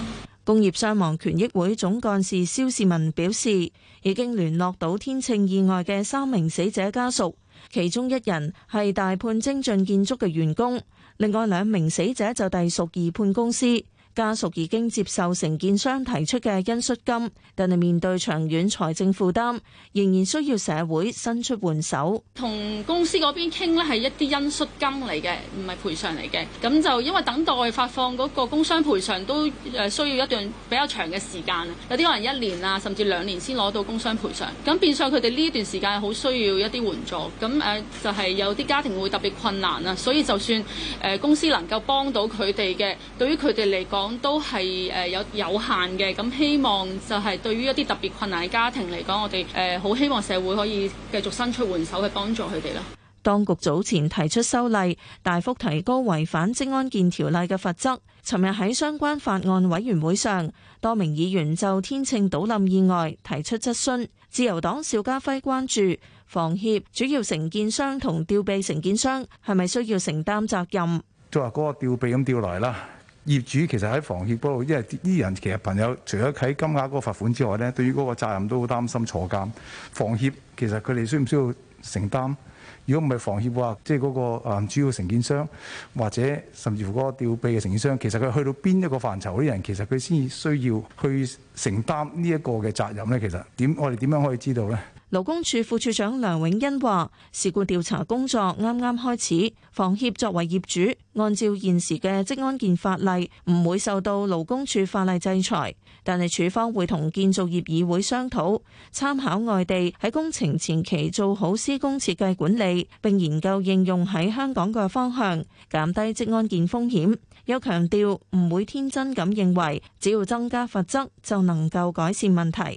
工業傷亡權益會總幹事蕭士文表示，已經聯絡到天秤意外嘅三名死者家屬，其中一人係大判精進建築嘅員工，另外兩名死者就隸屬二判公司。家屬已經接受承建商提出嘅恩恤金，但係面對長遠財政負擔，仍然需要社會伸出援手。 同公司嗰邊傾呢係一啲恩恤金嚟嘅，唔係賠償嚟嘅。咁就因為等待發放嗰個工傷賠償都誒需要一段比較長嘅時間，有啲可能一年啊，甚至兩年先攞到工傷賠償。咁變相佢哋呢段時間好需要一啲援助。咁誒就係有啲家庭會特別困難啊，所以就算誒公司能夠幫到佢哋嘅，對於佢哋嚟講，講都係誒有有限嘅，咁希望就係對於一啲特別困難嘅家庭嚟講，我哋誒好希望社會可以繼續伸出援手去幫助佢哋啦。 當局早前提出修例，大幅提高違反職安健條例嘅罰則。尋日喺相關法案委員會上，多名議員就天秤倒冧意外提出質詢。自由黨邵家輝關注房協主要承建商同吊臂承建商係咪需要承擔責任？ 就話嗰個吊臂咁吊來啦。業主其實喺房協嗰度，因為啲人其實朋友除咗喺金額嗰個罰款之外咧，對於嗰個責任都好擔心坐監。房協其實佢哋需唔需要承擔？如果唔係房協話，即係嗰個誒主要承建商或者甚至乎嗰個吊臂嘅承建商，其實佢去到邊一個範疇啲人，其實佢先需要去承擔呢一個嘅責任咧。其實點我哋點樣可以知道咧？ 勞工處副處長梁永恩話：事故調查工作啱啱開始，房協作為業主，按照現時嘅職安健法例，唔會受到勞工處法例制裁。但係處方會同建造業議會商討，參考外地喺工程前期做好施工設計管理，並研究應用喺香港嘅方向，減低職安健風險。又強調唔會天真咁認為，只要增加罰則就能夠改善問題。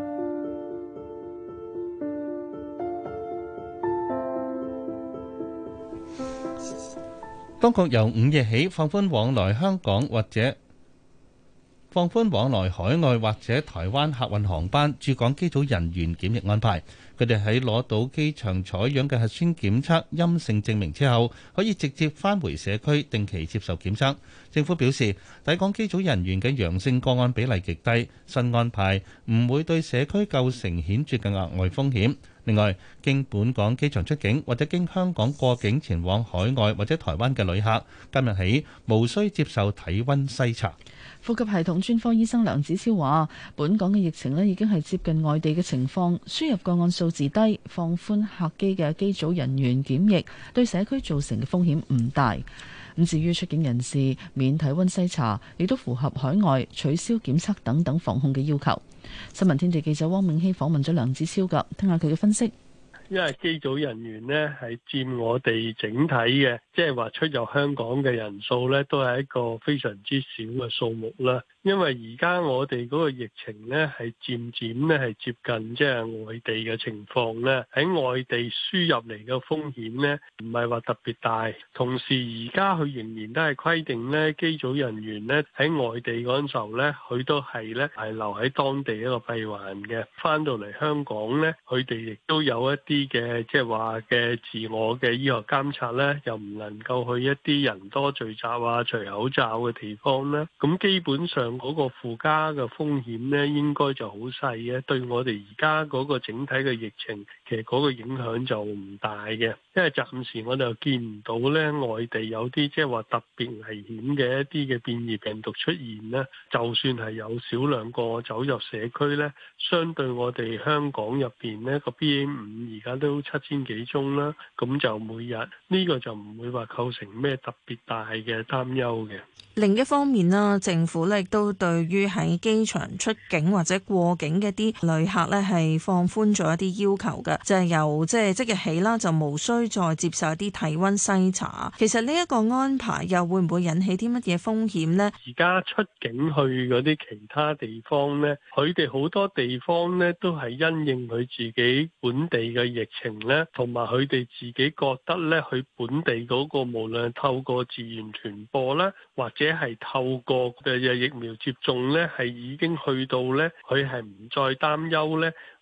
當局由午夜起放寬往來香港或者放寬往來海外或者台灣客運航班駐港機組人員檢疫安排。佢哋喺攞到機場採樣嘅核酸檢測陰性證明之後，可以直接返回社區定期接受檢測。政府表示，抵港機組人員嘅陽性個案比例極低，新安排唔會對社區構成顯著嘅額外風險。另外，經本港機場出境或者經香港過境前往海外或者台灣嘅旅客，今日起無需接受體溫篩查。 呼吸系統專科醫生梁子超話，本港嘅疫情咧已經係接近外地嘅情況，輸入個案數字低，放寬客機嘅機組人員檢疫，對社區造成嘅風險唔大。咁至於出境人士免體溫篩查，亦都符合海外取消檢測等等防控嘅要求。新聞天地記者汪永熙訪問咗梁子超㗎，聽下佢嘅分析。 因為機組人員呢係佔我哋整體嘅，即係話出入香港嘅人數呢，都係一個非常之少嘅數目啦。因為而家我哋嗰個疫情呢係漸漸呢係接近即係外地嘅情況呢，喺外地輸入嚟嘅風險呢唔係話特別大。同時而家佢仍然都係規定呢，機組人員呢喺外地嗰陣時候呢，佢都係呢係留喺當地一個閉環嘅。翻到嚟香港呢，佢哋亦都有一啲嘅即係話嘅自我嘅醫學監察呢，又唔能夠去一啲人多聚集啊、除口罩嘅地方呢。咁基本上嗰個附加嘅風險呢，應該就好細嘅。對我哋而家嗰個整體嘅疫情，其實嗰個影響就唔大嘅。因為暫時我哋見唔到呢外地有啲即係話特別危險嘅一啲嘅變異病毒出現呢。就算係有少量個走入社區呢，相對我哋香港入邊呢個 B A 五而家都七千幾宗啦，咁就每日呢個就唔會話構成咩特別大嘅擔憂嘅。 另一方面啦，政府咧亦都對於喺機場出境或者過境嘅啲旅客咧係放寬咗一啲要求嘅，就係由即係即日起啦，就無需再接受一啲體溫篩查。其實呢一個安排又會唔會引起啲乜嘢風險呢？ 而家出境去嗰啲其他地方呢，佢哋好多地方呢都係因應佢自己本地嘅疫情呢，同埋佢哋自己覺得呢，佢本地嗰個無論透過自然傳播啦，或者係透過嘅疫苗接種呢，係已經去到呢，佢係唔再擔憂呢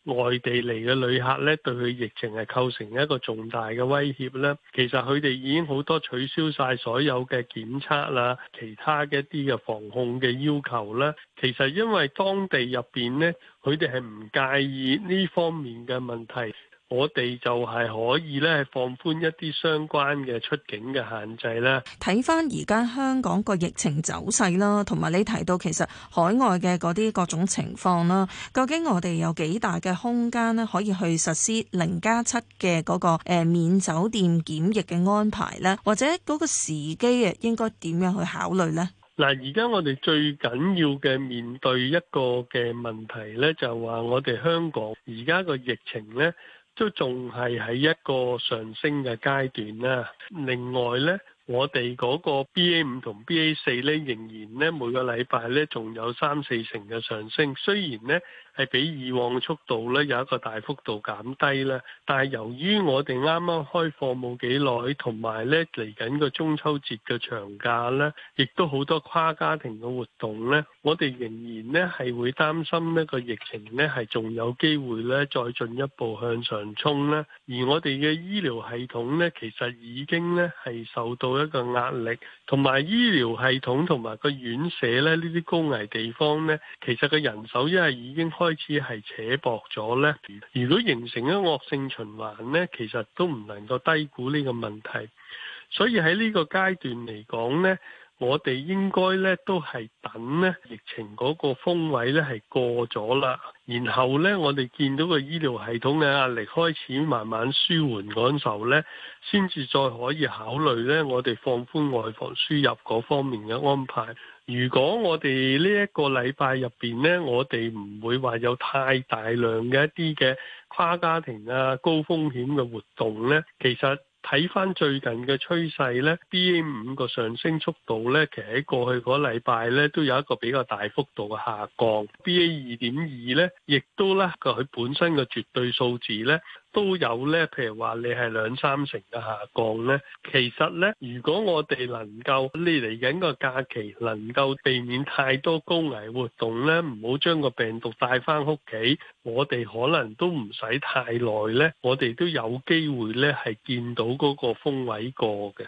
外地嚟嘅旅客咧，對佢疫情係構成一個重大嘅威脅咧。其實佢哋已經好多取消晒所有嘅檢測啦，其他嘅一啲嘅防控嘅要求啦。其實因為當地入邊咧，佢哋係唔介意呢方面嘅問題。我哋就係可以咧放寬一啲相關嘅出境嘅限制啦。 睇翻而家香港個疫情走勢啦，同埋你提到其實海外嘅嗰啲各種情況啦，究竟我哋有幾大嘅空間咧，可以去實施零加七嘅嗰個誒免酒店檢疫嘅安排咧？或者嗰個時機啊，應該點樣去考慮呢？ 嗱，而家我哋最緊要嘅面對一個嘅問題咧，就係話我哋香港而家個疫情咧，都仲係喺一個上升嘅階段啦。另外呢，我哋嗰個 B A 五同 B A 四呢，仍然呢每個禮拜呢仲有三四成嘅上升。雖然呢係比以往嘅速度呢有一個大幅度減低啦，但係由於我哋啱啱開放冇幾耐，同埋呢嚟緊個中秋節嘅長假呢，亦都好多跨家庭嘅活動呢，我哋仍然呢係會擔心呢個疫情呢係仲有機會呢再進一步向上衝啦。而我哋嘅醫療系統呢，其實已經呢係受到一個壓力，同埋醫療系統同埋個院舍呢，呢啲高危地方呢，其實個人手因為已經開始係扯薄咗呢。如果形成一個惡性循環呢，其實都唔能夠低估呢個問題。所以喺呢個階段嚟講呢，我哋應該呢都係等呢疫情嗰個峰位呢係過咗啦，然後呢，我哋見到個醫療系統嘅壓力開始慢慢舒緩嗰陣時候呢，先至再可以考慮呢我哋放寬外防輸入嗰方面嘅安排。如果我哋呢一個禮拜入邊呢，我哋唔會話有太大量嘅一啲嘅跨家庭啊、高風險嘅活動呢，其實睇翻最近嘅趨勢呢， B A 五個上升速度呢，其實喺過去嗰禮拜呢都有一個比較大幅度嘅下降。B A 二點二呢，亦都呢佢本身嘅絕對數字呢，都有呢，譬如話你係兩三成嘅下降呢。其實呢，如果我哋能夠你嚟緊個假期能夠避免太多高危活動呢，唔好將個病毒帶翻屋企，我哋可能都唔使太耐呢，我哋都有機會呢係見到嗰個峰位過嘅。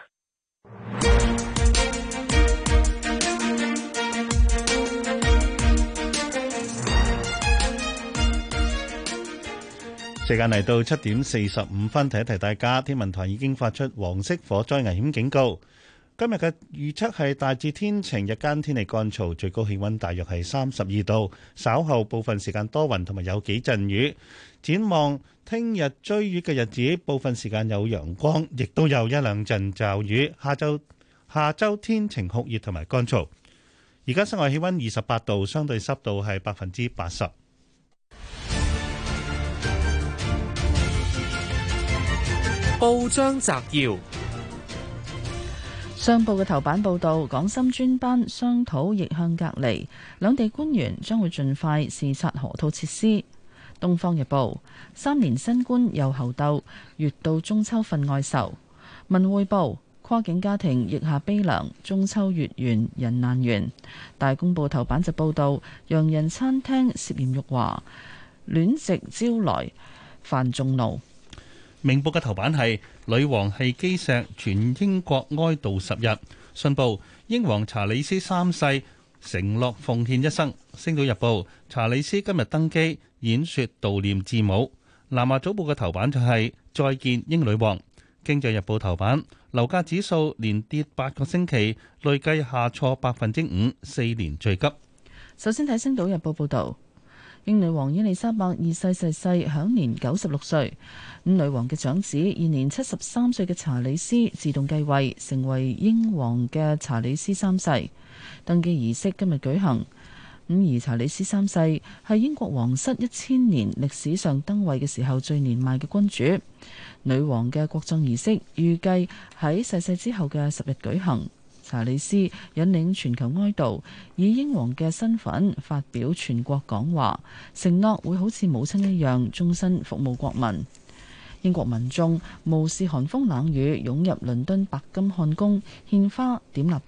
時間嚟到七點四十五分，提一提大家，天文台已經發出黃色火災危險警告。今日嘅預測係大致天晴，日間天氣乾燥，最高氣溫大約係三十二度。稍後部分時間多雲同埋有幾陣雨。展望聽日追雨嘅日子，部分時間有陽光，亦都有一兩陣驟雨。下週下週天晴酷熱同埋乾燥。而家室外氣溫二十八度，相對濕度係百分之八十。 報章摘要： 上報嘅頭版報道，港深專班商討逆向隔離，兩地官員將會盡快視察河套設施。東方日報：三年新冠又猴鬥，月到中秋分外愁。文匯報：跨境家庭疫下悲涼，中秋月圓人難圓。大公報頭版就報道，洋人餐廳涉嫌辱華，戀席招來范仲怒。 明報嘅頭版係女王係基石，全英國哀悼十日。信報：英皇查理斯三世承諾奉獻一生。星島日報：查理斯今日登基演說悼念之母。南華早報嘅頭版就係再見英女王。經濟日報頭版：樓價指數連跌八個星期，累計下挫百分之五，四年最急。 首先睇星島日報報道。英女王伊麗莎白二世逝世，享年九十六歲。咁女王嘅長子現年七十三歲嘅查理斯自動繼位，成為英皇嘅查理斯三世。登基儀式今日舉行。咁而查理斯三世係英國皇室一千年歷史上登位嘅時候最年邁嘅君主。女王嘅國葬儀式預計喺逝世之後嘅十日舉行。查理斯引領全球哀悼，以英皇嘅身份發表全國講話，承諾會好似母親一樣終身服務國民。英國民眾無視寒風冷雨，湧入倫敦白金漢宮獻花點蠟燭，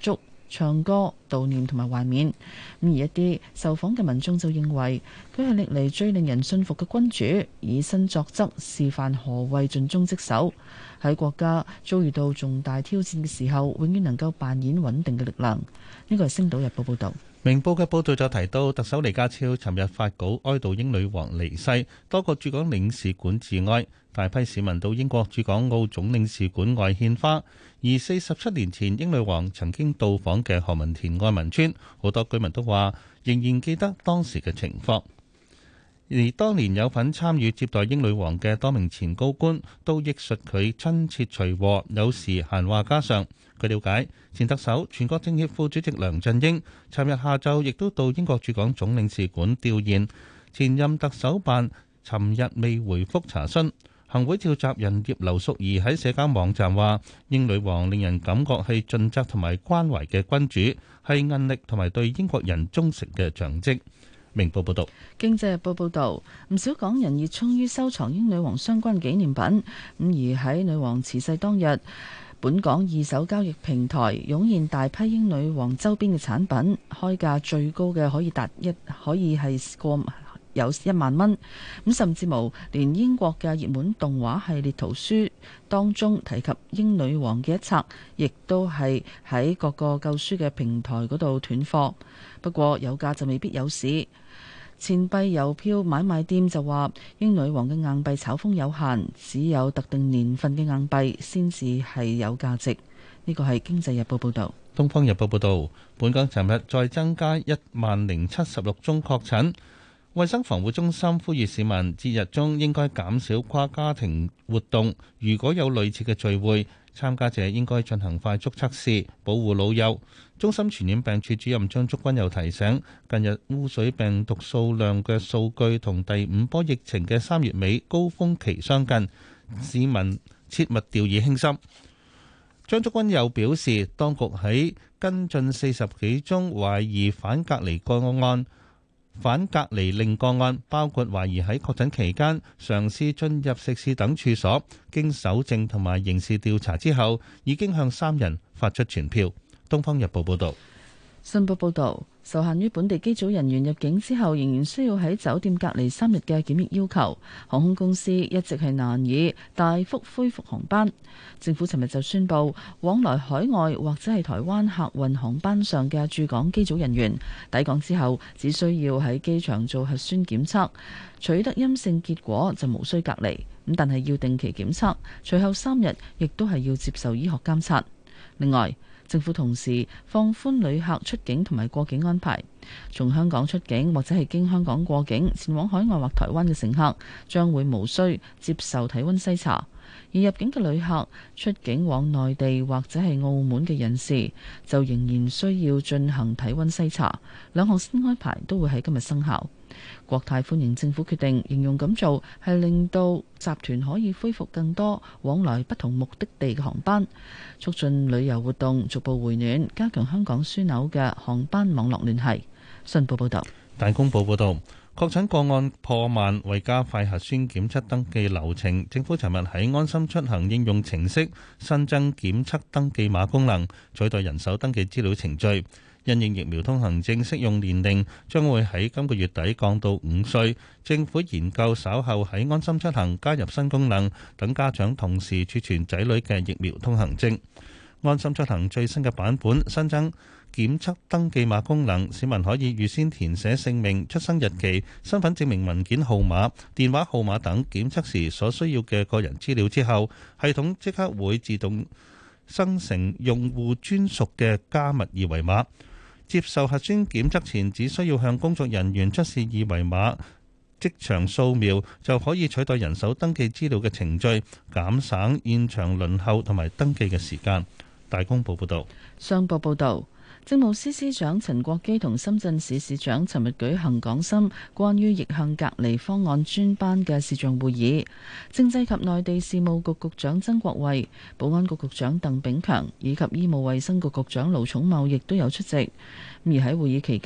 唱歌、悼念同埋懷緬。咁而一啲受訪嘅民眾就認為佢係歷嚟最令人信服嘅君主，以身作則，示範何謂盡忠職守。喺國家遭遇到重大挑戰嘅時候，永遠能夠扮演穩定嘅力量。呢個係《星島日報》報導。 明報嘅報導就提到，特首李家超尋日發稿哀悼英女王離世，多個駐港領事館致哀，大批市民到英國駐港澳總領事館外獻花。而四十七年前英女王曾經到訪嘅何文田愛民村，好多居民都話仍然記得當時嘅情況。而當年有份參與接待英女王嘅多名前高官都憶述佢親切隨和，有時閒話家常。據了解，前特首全國政協副主席梁振英尋日下晝亦都到英國駐港總領事館弔唁，前任特首辦尋日未回覆查詢。行會召集人葉劉淑儀喺社交網站話，英女王令人感覺係盡責同埋關懷嘅君主，係韌力同埋對英國人忠誠嘅象徵。明報報道。 經濟日報報道，唔少港人熱衷於收藏英女王相關紀念品，咁而喺女王辭世當日，本港二手交易平台湧現大批英女王周邊嘅產品，開價最高嘅可以達一可以係過有一萬蚊，咁甚至無連英國嘅熱門動畫系列圖書當中提及英女王嘅一冊，亦都係喺各個購書嘅平台嗰度斷貨。不過有價就未必有市。錢幣郵票買賣店就話，英女王嘅硬幣炒風有限，只有特定年份嘅硬幣先至係有價值。呢個係《經濟日報》報導。 《東方日報》報導，本港尋日再增加一萬零七十六宗確診。衛生防護中心呼籲市民節日中應該減少跨家庭活動，如果有類似嘅聚會，參加者應該進行快速測試，保護老幼。中心傳染病處主任張竹君又提醒，近日污水病毒數量嘅數據同第五波疫情嘅三月尾高峰期相近，市民切勿掉以輕心。張竹君又表示，當局喺跟進四十幾宗懷疑反隔離個案。反隔離令個案包括懷疑喺確診期間嘗試進入食肆等處所，經搜證同埋刑事調查之後，已經向三人發出傳票。《東方日報》報導。 信報報導，受限於本地機組人員入境之後仍然需要喺酒店隔離三日嘅檢疫要求，航空公司一直係難以大幅恢復航班。政府尋日就宣布，往來海外或者係台灣客運航班上嘅駐港機組人員抵港之後，只需要喺機場做核酸檢測，取得陰性結果就無需隔離。咁但係要定期檢測，隨後三日亦都係要接受醫學監察。另外，政府同時放寬旅客出境同埋過境安排，從香港出境或者係經香港過境前往海外或台灣嘅乘客，將會無需接受體溫篩查；而入境嘅旅客出境往內地或者係澳門嘅人士，就仍然需要進行體溫篩查。兩項新安排都會喺今日生效。國泰歡迎政府決定，形容咁做係令到集團可以恢復更多往來不同目的地嘅航班，促進旅遊活動逐步回暖，加強香港樞紐嘅航班網絡聯繫。信報報道。 大公報報道，確診個案破萬，為加快核酸檢測登記流程，政府尋日喺安心出行應用程式新增檢測登記碼功能，取代人手登記資料程序。因應疫苗通行證適用年齡將會喺今個月底降到五歲，政府研究稍後喺安心出行加入新功能，等家長同時儲存仔女嘅疫苗通行證。安心出行最新嘅版本新增檢測登記碼功能，市民可以預先填寫姓名、出生日期、身份證明文件號碼、電話號碼等檢測時所需要嘅個人資料之後，系統即刻會自動生成用戶專屬嘅加密二維碼。接受核酸檢測前，只需要向工作人員出示二維碼，即場掃描就可以取代人手登記資料嘅程序，減省現場輪候同埋登記嘅時間。大公報報道。 商報報導。政務司司長陳國基同深圳市市長尋日舉行港深關於逆向隔離方案專班嘅視像會議，政制及內地事務局局長曾國衛、保安局局長鄧炳強以及醫務衛生局局長盧寵茂亦都有出席。而喺會議期間，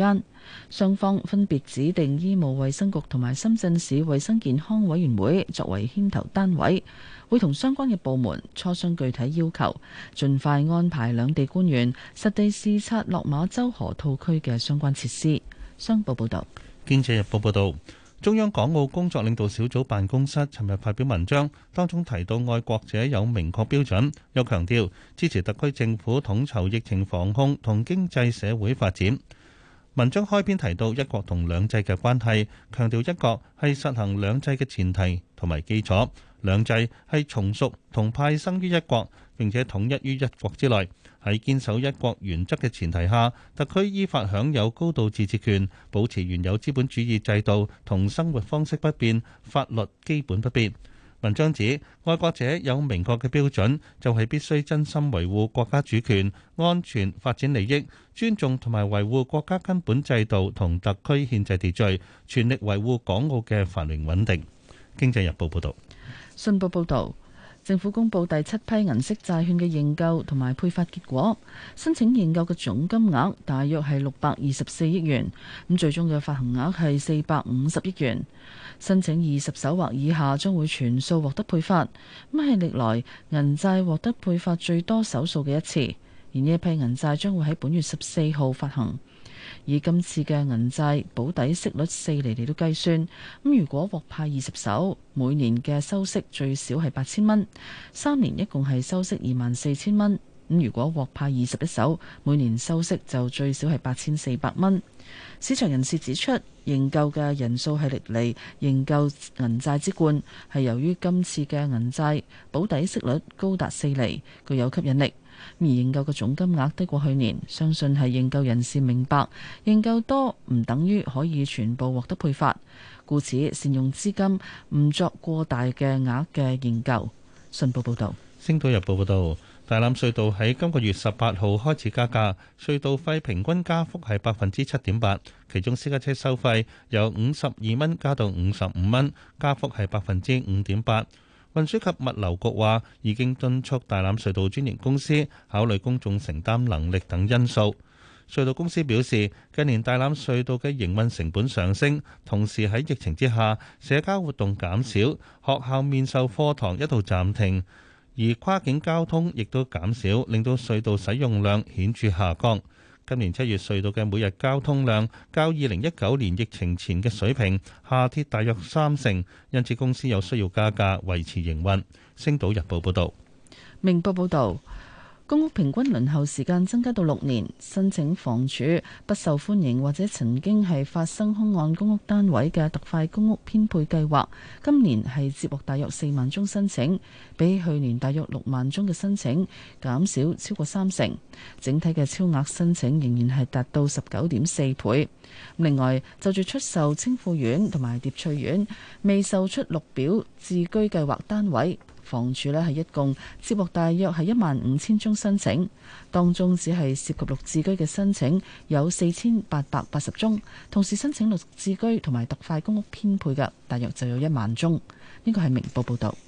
雙方分別指定醫務衛生局同埋深圳市衛生健康委員會作為牽頭單位，會同相關嘅部門磋商具體要求，盡快安排兩地官員實地視察落馬洲河套區嘅相關設施。商報報道。 經濟日報報導。中央港澳工作領導小組辦公室尋日發表文章，當中提到愛國者有明確標準，又強調支持特區政府統籌疫情防控同經濟社會發展。文章開篇提到一國同兩制嘅關係，強調一國係實行兩制嘅前提同埋基礎，兩制係從屬同派生於一國，並且統一於一國之內。喺堅守一國原則嘅前提下，特區依法享有高度自治權，保持原有資本主義制度同生活方式不變，法律基本不變。文章指，愛國者有明確嘅標準，就係必須真心維護國家主權、安全、發展利益，尊重同埋維護國家根本制度同特區憲制秩序，全力維護港澳嘅繁榮穩定。經濟日報報導。 信報報導。政府公布第七批銀色債券嘅認購同埋配發結果，申請認購嘅總金額大約係六百二十四億元，咁最終嘅發行額係四百五十億元。申請二十手或以下將會全數獲得配發，咁係歷來銀債獲得配發最多手數嘅一次。而呢一批銀債將會喺本月十四號發行。以今次嘅銀債保底息率四厘嚟到計算，咁如果獲派二十手，每年嘅收息最少係八千蚊，三年一共係收息二萬四千蚊。咁如果獲派二十一手，每年收息就最少係八千四百蚊。市場人士指出，認購嘅人數係歷嚟認購銀債之冠，係由於今次嘅銀債保底息率高達四厘，具有吸引力。而認購嘅總金額低過去年，相信係認購人士明白認購多唔等於可以全部獲得配發，故此善用資金，唔作過大嘅額嘅認購。信報報道。 《星島日報》報道，大欖隧道喺今個月十八號開始加價，隧道費平均加幅係百分之七點八，其中私家車收費由五十二蚊加到五十五蚊，加幅係百分之五點八。運輸及物流局話已經敦促大欖隧道專營公司考慮公眾承擔能力等因素。隧道公司表示，近年大欖隧道嘅營運成本上升，同時喺疫情之下，社交活動減少，學校面授課堂一度暫停，而跨境交通亦都減少，令到隧道使用量顯著下降。今年七月隧道嘅每日交通量較二零一九年疫情前嘅水平下跌大約三成，因此公司有需要加價維持營運。星島日報報道。 明報報道。公屋平均輪候時間增加到六年，申請房署不受歡迎或者曾經係發生空案公屋單位嘅特快公屋編配計劃，今年係接獲大約四萬宗申請，比去年大約六萬宗嘅申請減少超過三成，整體嘅超額申請仍然係達到十九點四倍。另外，就住出售青富苑同埋蝶翠苑未售出綠表置居計劃單位，房署呢係一共接獲大約係一萬五千宗申請，當中只係涉及綠置居嘅申請有四千八百八十宗，同時申請綠置居同埋特快公屋編配嘅大約就有一萬宗。呢個係明報報導。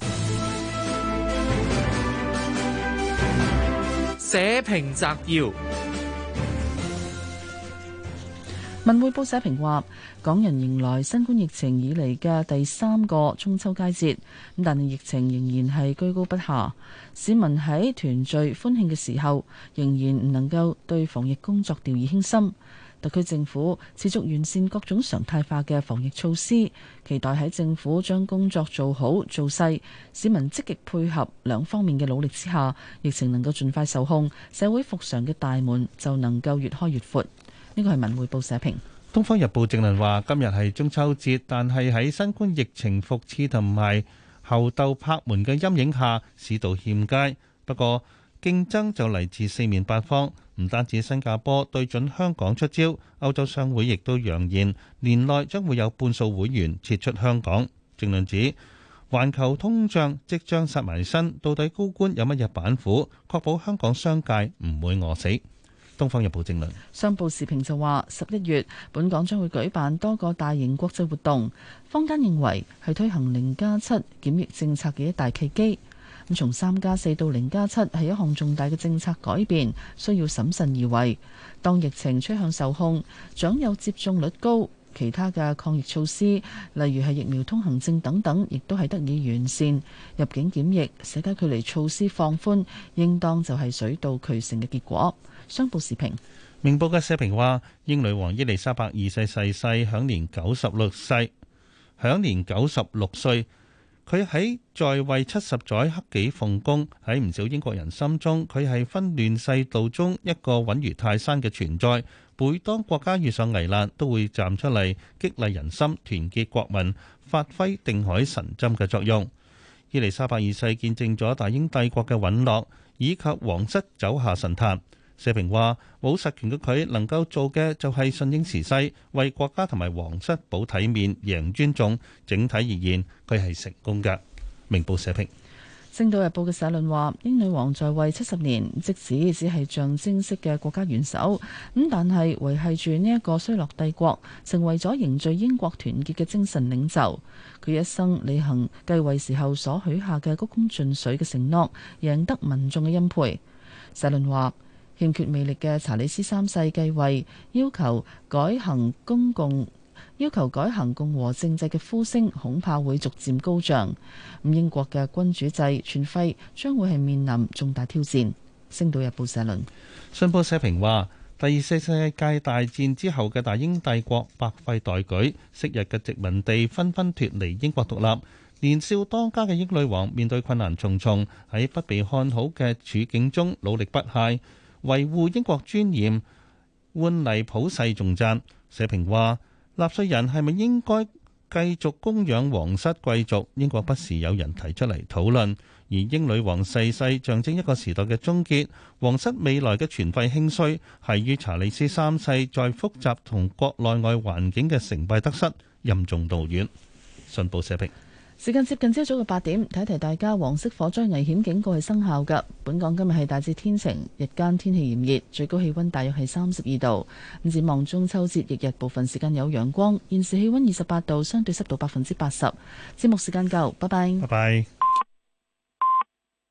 社評摘要。 文匯報社評話，港人迎來新冠疫情以嚟嘅第三個中秋佳節，咁但係疫情仍然係居高不下，市民喺團聚歡慶嘅時候，仍然唔能夠對防疫工作掉以輕心。特區政府持續完善各種常態化嘅防疫措施，期待喺政府將工作做好做細，市民積極配合兩方面嘅努力之下，疫情能夠盡快受控，社會復常嘅大門就能夠越開越闊。呢個係文匯報社評。《 東方日報》正論話：今日係中秋節，但係喺新冠疫情復熾同埋猴痘拍門嘅陰影下，市道欠佳。不過競爭就嚟自四面八方，唔單止新加坡對準香港出招，歐洲商會亦都揚言年內將會有半數會員撤出香港。正論指環球通脹即將殺埋身，到底高官有乜嘢板斧確保香港商界唔會餓死？《東方日報》正論。 商報時評就話：十一月本港將會舉辦多個大型國際活動，坊間認為係推行零加七檢疫政策嘅一大契機。 咁從三加四到零加七係一項重大嘅政策改變，需要審慎而為。當疫情趨向受控，長幼接種率高，其他嘅抗疫措施，例如係疫苗通行證等等，亦都係得以完善。入境檢疫、社交距離措施放寬，應當就係水到渠成嘅結果。商報時評。 明報嘅社評話，英女王伊麗莎白二世逝世，享年九十六歲，享年九十六歲。佢喺在位七十載克己奉公，喺唔少英國人心中，佢係紛亂世道中一個穩如泰山嘅存在。每當國家遇上危難，都會站出嚟激勵人心，團結國民，發揮定海神針嘅作用。伊麗莎白二世見證咗大英帝國嘅隕落，以及皇室走下神壇。社評話，冇實權嘅佢能夠做嘅就係順應時勢，為國家同埋皇室保體面、贏尊重。整體而言，佢係成功嘅。明報社評。 《星島日報》嘅社論話，英女王在位七十年，即使只係象徵式嘅國家元首，咁但係維繫住呢一個衰落帝國，成為咗凝聚英國團結嘅精神領袖。佢一生履行繼位時候所許下嘅鞠躬盡瘁嘅承諾，贏得民眾嘅欽佩。社論話，欠缺魅力嘅查理斯三世繼位，要求改行公共。要求改行共和政制嘅呼聲恐怕會逐漸高漲，咁英國嘅君主制存廢將會係面臨重大挑戰。星島日報社論。 信報社評話，第二次世界大戰之後嘅大英帝國百廢待舉，昔日嘅殖民地紛紛脫離英國獨立，年少當家嘅英女王面對困難重重，喺不被看好嘅處境中努力不懈，維護英國尊嚴，換嚟普世重讚。社評話，納稅人係咪應該繼續供養皇室貴族？英國不時有人提出嚟討論。而英女王逝世象徵一個時代嘅終結，皇室未來嘅全廢興衰係於查理斯三世在複雜同國內外環境嘅成敗得失，任重道遠。信報社評。 時間接近朝早嘅八點，提提大家黃色火災危險警告係生效嘅。本港今日係大致天晴，日間天氣炎熱，最高氣溫大約係三十二度。咁展望中秋節翌日部分時間有陽光，現時氣溫二十八度，相對濕度百分之八十。節目時間夠，拜拜。 拜拜。